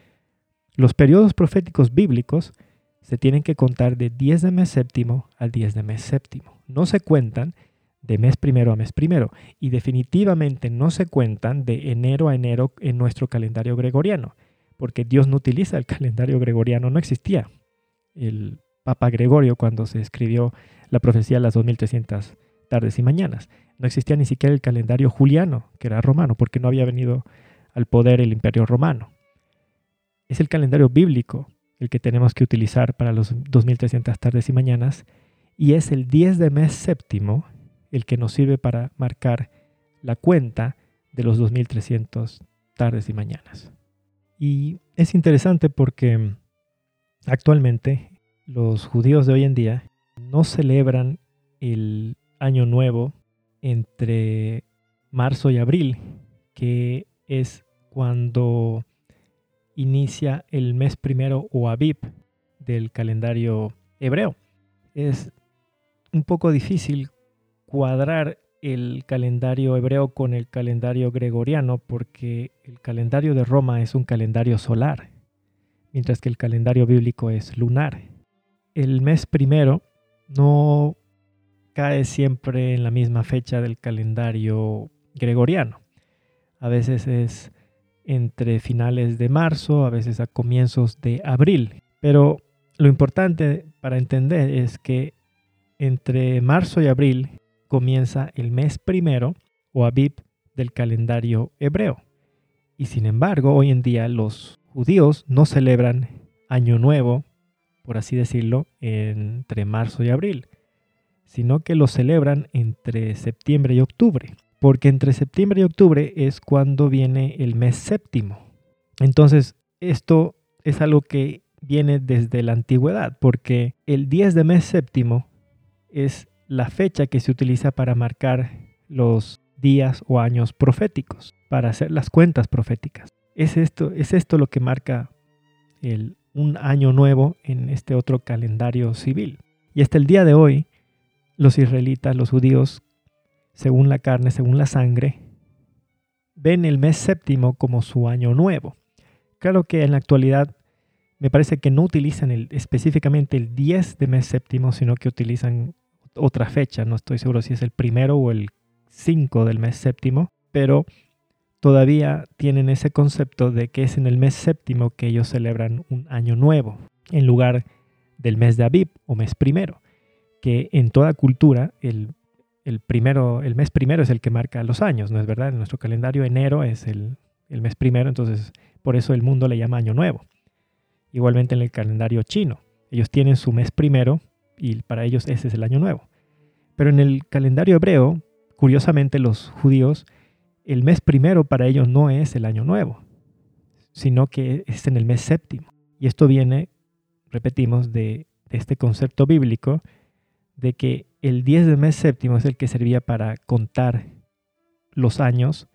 Los periodos proféticos bíblicos se tienen que contar de 10 de mes séptimo al 10 de mes séptimo. No se cuentan de mes primero a mes primero y definitivamente no se cuentan de enero a enero en nuestro calendario gregoriano, porque Dios no utiliza el calendario gregoriano, no existía. El Papa Gregorio, cuando se escribió la profecía de las 2300 tardes y mañanas, no existía ni siquiera el calendario juliano, que era romano, porque no había venido al poder el imperio romano. Es el calendario bíblico el que tenemos que utilizar para los 2300 tardes y mañanas, y es el 10 de mes séptimo el que nos sirve para marcar la cuenta de los 2300 tardes y mañanas. Y es interesante porque actualmente los judíos de hoy en día no celebran el Año Nuevo entre marzo y abril, que es cuando inicia el mes primero o Abib del calendario hebreo. Es un poco difícil cuadrar el calendario hebreo con el calendario gregoriano porque el calendario de Roma es un calendario solar, mientras que el calendario bíblico es lunar. El mes primero no cae siempre en la misma fecha del calendario gregoriano. A veces es entre finales de marzo, a veces a comienzos de abril. Pero lo importante para entender es que entre marzo y abril comienza el mes primero o Abib del calendario hebreo. Y sin embargo, hoy en día los judíos no celebran Año Nuevo, por así decirlo, entre marzo y abril, sino que lo celebran entre septiembre y octubre, porque entre septiembre y octubre es cuando viene el mes séptimo. Entonces, esto es algo que viene desde la antigüedad, porque el 10 de mes séptimo es la fecha que se utiliza para marcar los días o años proféticos, para hacer las cuentas proféticas. Es esto lo que marca un año nuevo en este otro calendario civil. Y hasta el día de hoy, los israelitas, los judíos, según la carne, según la sangre, ven el mes séptimo como su año nuevo. Claro que en la actualidad me parece que no utilizan específicamente el 10 de mes séptimo, sino que utilizan otra fecha. No estoy seguro si es el primero o el 5 del mes séptimo, pero todavía tienen ese concepto de que es en el mes séptimo que ellos celebran un año nuevo, en lugar del mes de Abib o mes primero, que en toda cultura el mes primero es el que marca los años, ¿no es verdad? En nuestro calendario enero es el mes primero, entonces por eso el mundo le llama año nuevo. Igualmente en el calendario chino, ellos tienen su mes primero y para ellos ese es el año nuevo. Pero en el calendario hebreo, curiosamente los judíos, el mes primero para ellos no es el año nuevo, sino que es en el mes séptimo. Y esto viene, repetimos, de este concepto bíblico de que el 10 del mes séptimo es el que servía para contar los años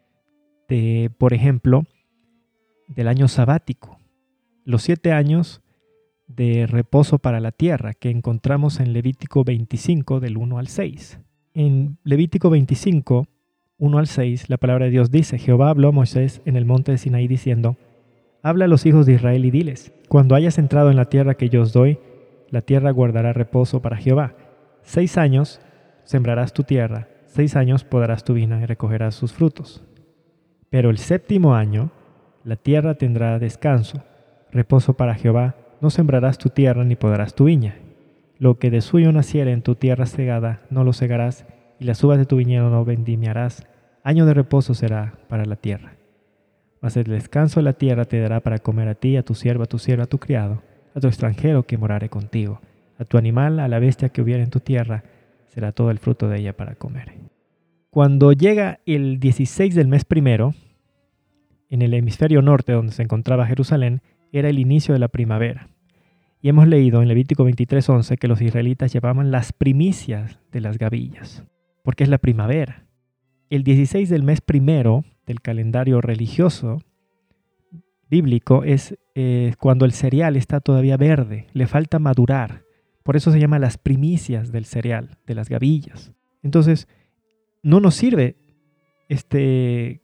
de, por ejemplo, del año sabático, los 7 años de reposo para la tierra que encontramos en Levítico 25 del 1 al 6. En Levítico 25, 1 al 6, la palabra de Dios dice: Jehová habló a Moisés en el monte de Sinaí diciendo: habla a los hijos de Israel y diles: cuando hayas entrado en la tierra que yo os doy, la tierra guardará reposo para Jehová. 6 años sembrarás tu tierra, 6 años podarás tu viña y recogerás sus frutos. Pero el séptimo año la tierra tendrá descanso, reposo para Jehová. No sembrarás tu tierra ni podarás tu viña. Lo que de suyo naciere en tu tierra segada, no lo segarás, y las uvas de tu viñedo no vendimiarás. Año de reposo será para la tierra. Mas el descanso de la tierra te dará para comer a ti, a tu siervo, a tu sierva, a tu criado, a tu extranjero que morare contigo. A tu animal, a la bestia que hubiere en tu tierra, será todo el fruto de ella para comer. Cuando llega el 16 del mes primero, en el hemisferio norte donde se encontraba Jerusalén, era el inicio de la primavera. Y hemos leído en Levítico 23:11 que los israelitas llevaban las primicias de las gavillas, porque es la primavera. El 16 del mes primero del calendario religioso bíblico es cuando el cereal está todavía verde, le falta madurar. Por eso se llama las primicias del cereal, de las gavillas. Entonces, no nos sirve este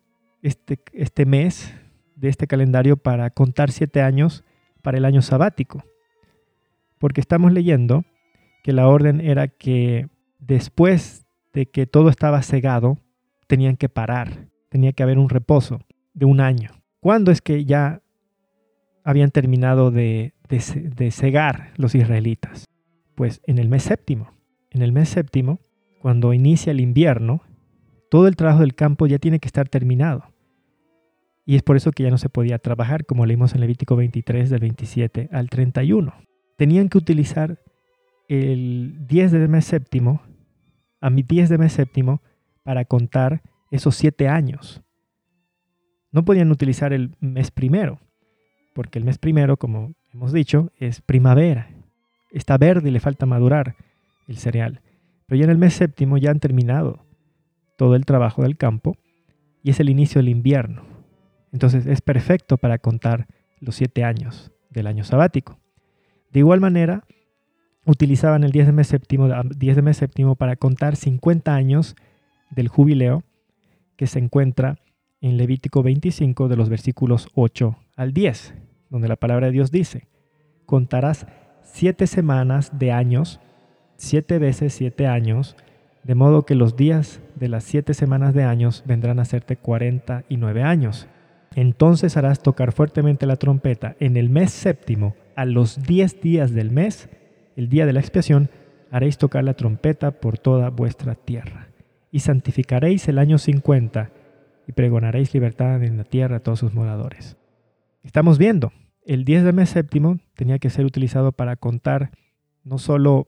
mes de este calendario para contar 7 años para el año sabático. Porque estamos leyendo que la orden era que después de que todo estaba segado, tenían que parar, tenía que haber un reposo de 1 año. ¿Cuándo es que ya habían terminado de segar los israelitas? Pues en el mes séptimo. En el mes séptimo, cuando inicia el invierno, todo el trabajo del campo ya tiene que estar terminado. Y es por eso que ya no se podía trabajar, como leímos en Levítico 23, del 27 al 31. Tenían que utilizar el 10 del mes séptimo, a mi 10 del mes séptimo, para contar esos 7 años. No podían utilizar el mes primero, porque el mes primero, como hemos dicho, es primavera. Está verde y le falta madurar el cereal. Pero ya en el mes séptimo ya han terminado todo el trabajo del campo y es el inicio del invierno. Entonces es perfecto para contar los 7 años del año sabático. De igual manera, utilizaban el 10 de mes séptimo para contar 50 años del jubileo que se encuentra en Levítico 25 de los versículos 8 al 10, donde la palabra de Dios dice: contarás 7 semanas de años, 7 veces 7 años, de modo que los días de las 7 semanas de años vendrán a hacerte 49 años. Entonces harás tocar fuertemente la trompeta en el mes séptimo, a los 10 días del mes, el día de la expiación, haréis tocar la trompeta por toda vuestra tierra. Y santificaréis el año 50 y pregonaréis libertad en la tierra a todos sus moradores. Estamos viendo, el 10 del mes séptimo tenía que ser utilizado para contar no solo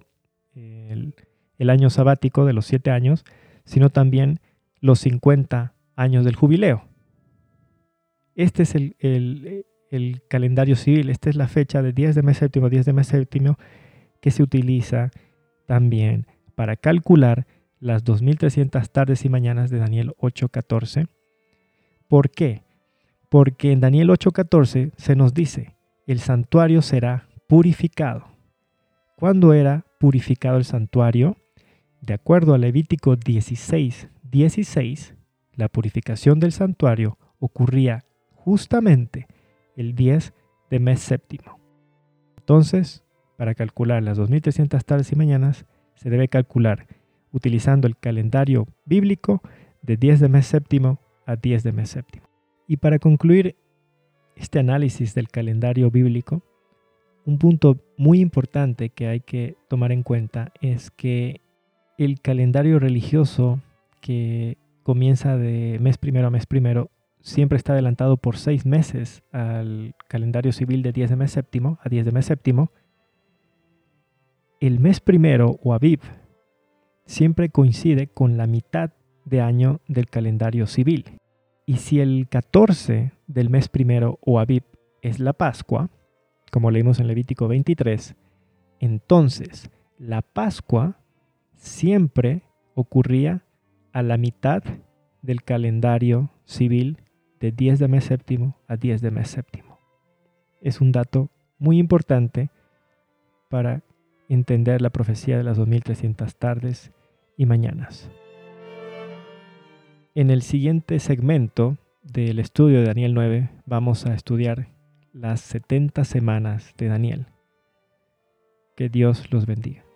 el año sabático de los 7 años, sino también los 50 años del jubileo. Este es el calendario civil, esta es la fecha de 10 de mes séptimo, 10 de mes séptimo, que se utiliza también para calcular las 2300 tardes y mañanas de Daniel 8:14. ¿Por qué? Porque en Daniel 8:14 se nos dice: el santuario será purificado. ¿Cuándo era purificado el santuario? De acuerdo a Levítico 16:16, la purificación del santuario ocurría justamente el 10 de mes séptimo. Entonces, para calcular las 2300 tardes y mañanas, se debe calcular utilizando el calendario bíblico de 10 de mes séptimo a 10 de mes séptimo. Y para concluir este análisis del calendario bíblico, un punto muy importante que hay que tomar en cuenta es que el calendario religioso que comienza de mes primero a mes primero siempre está adelantado por 6 meses al calendario civil de 10 de mes séptimo a 10 de mes séptimo. El mes primero o Aviv siempre coincide con la mitad de año del calendario civil. Y si el 14 del mes primero o Aviv es la Pascua, como leímos en Levítico 23, entonces la Pascua siempre ocurría a la mitad del calendario civil de 10 de mes séptimo a 10 de mes séptimo. Es un dato muy importante para entender la profecía de las 2300 tardes y mañanas. En el siguiente segmento del estudio de Daniel 9 vamos a estudiar las 70 semanas de Daniel. Que Dios los bendiga.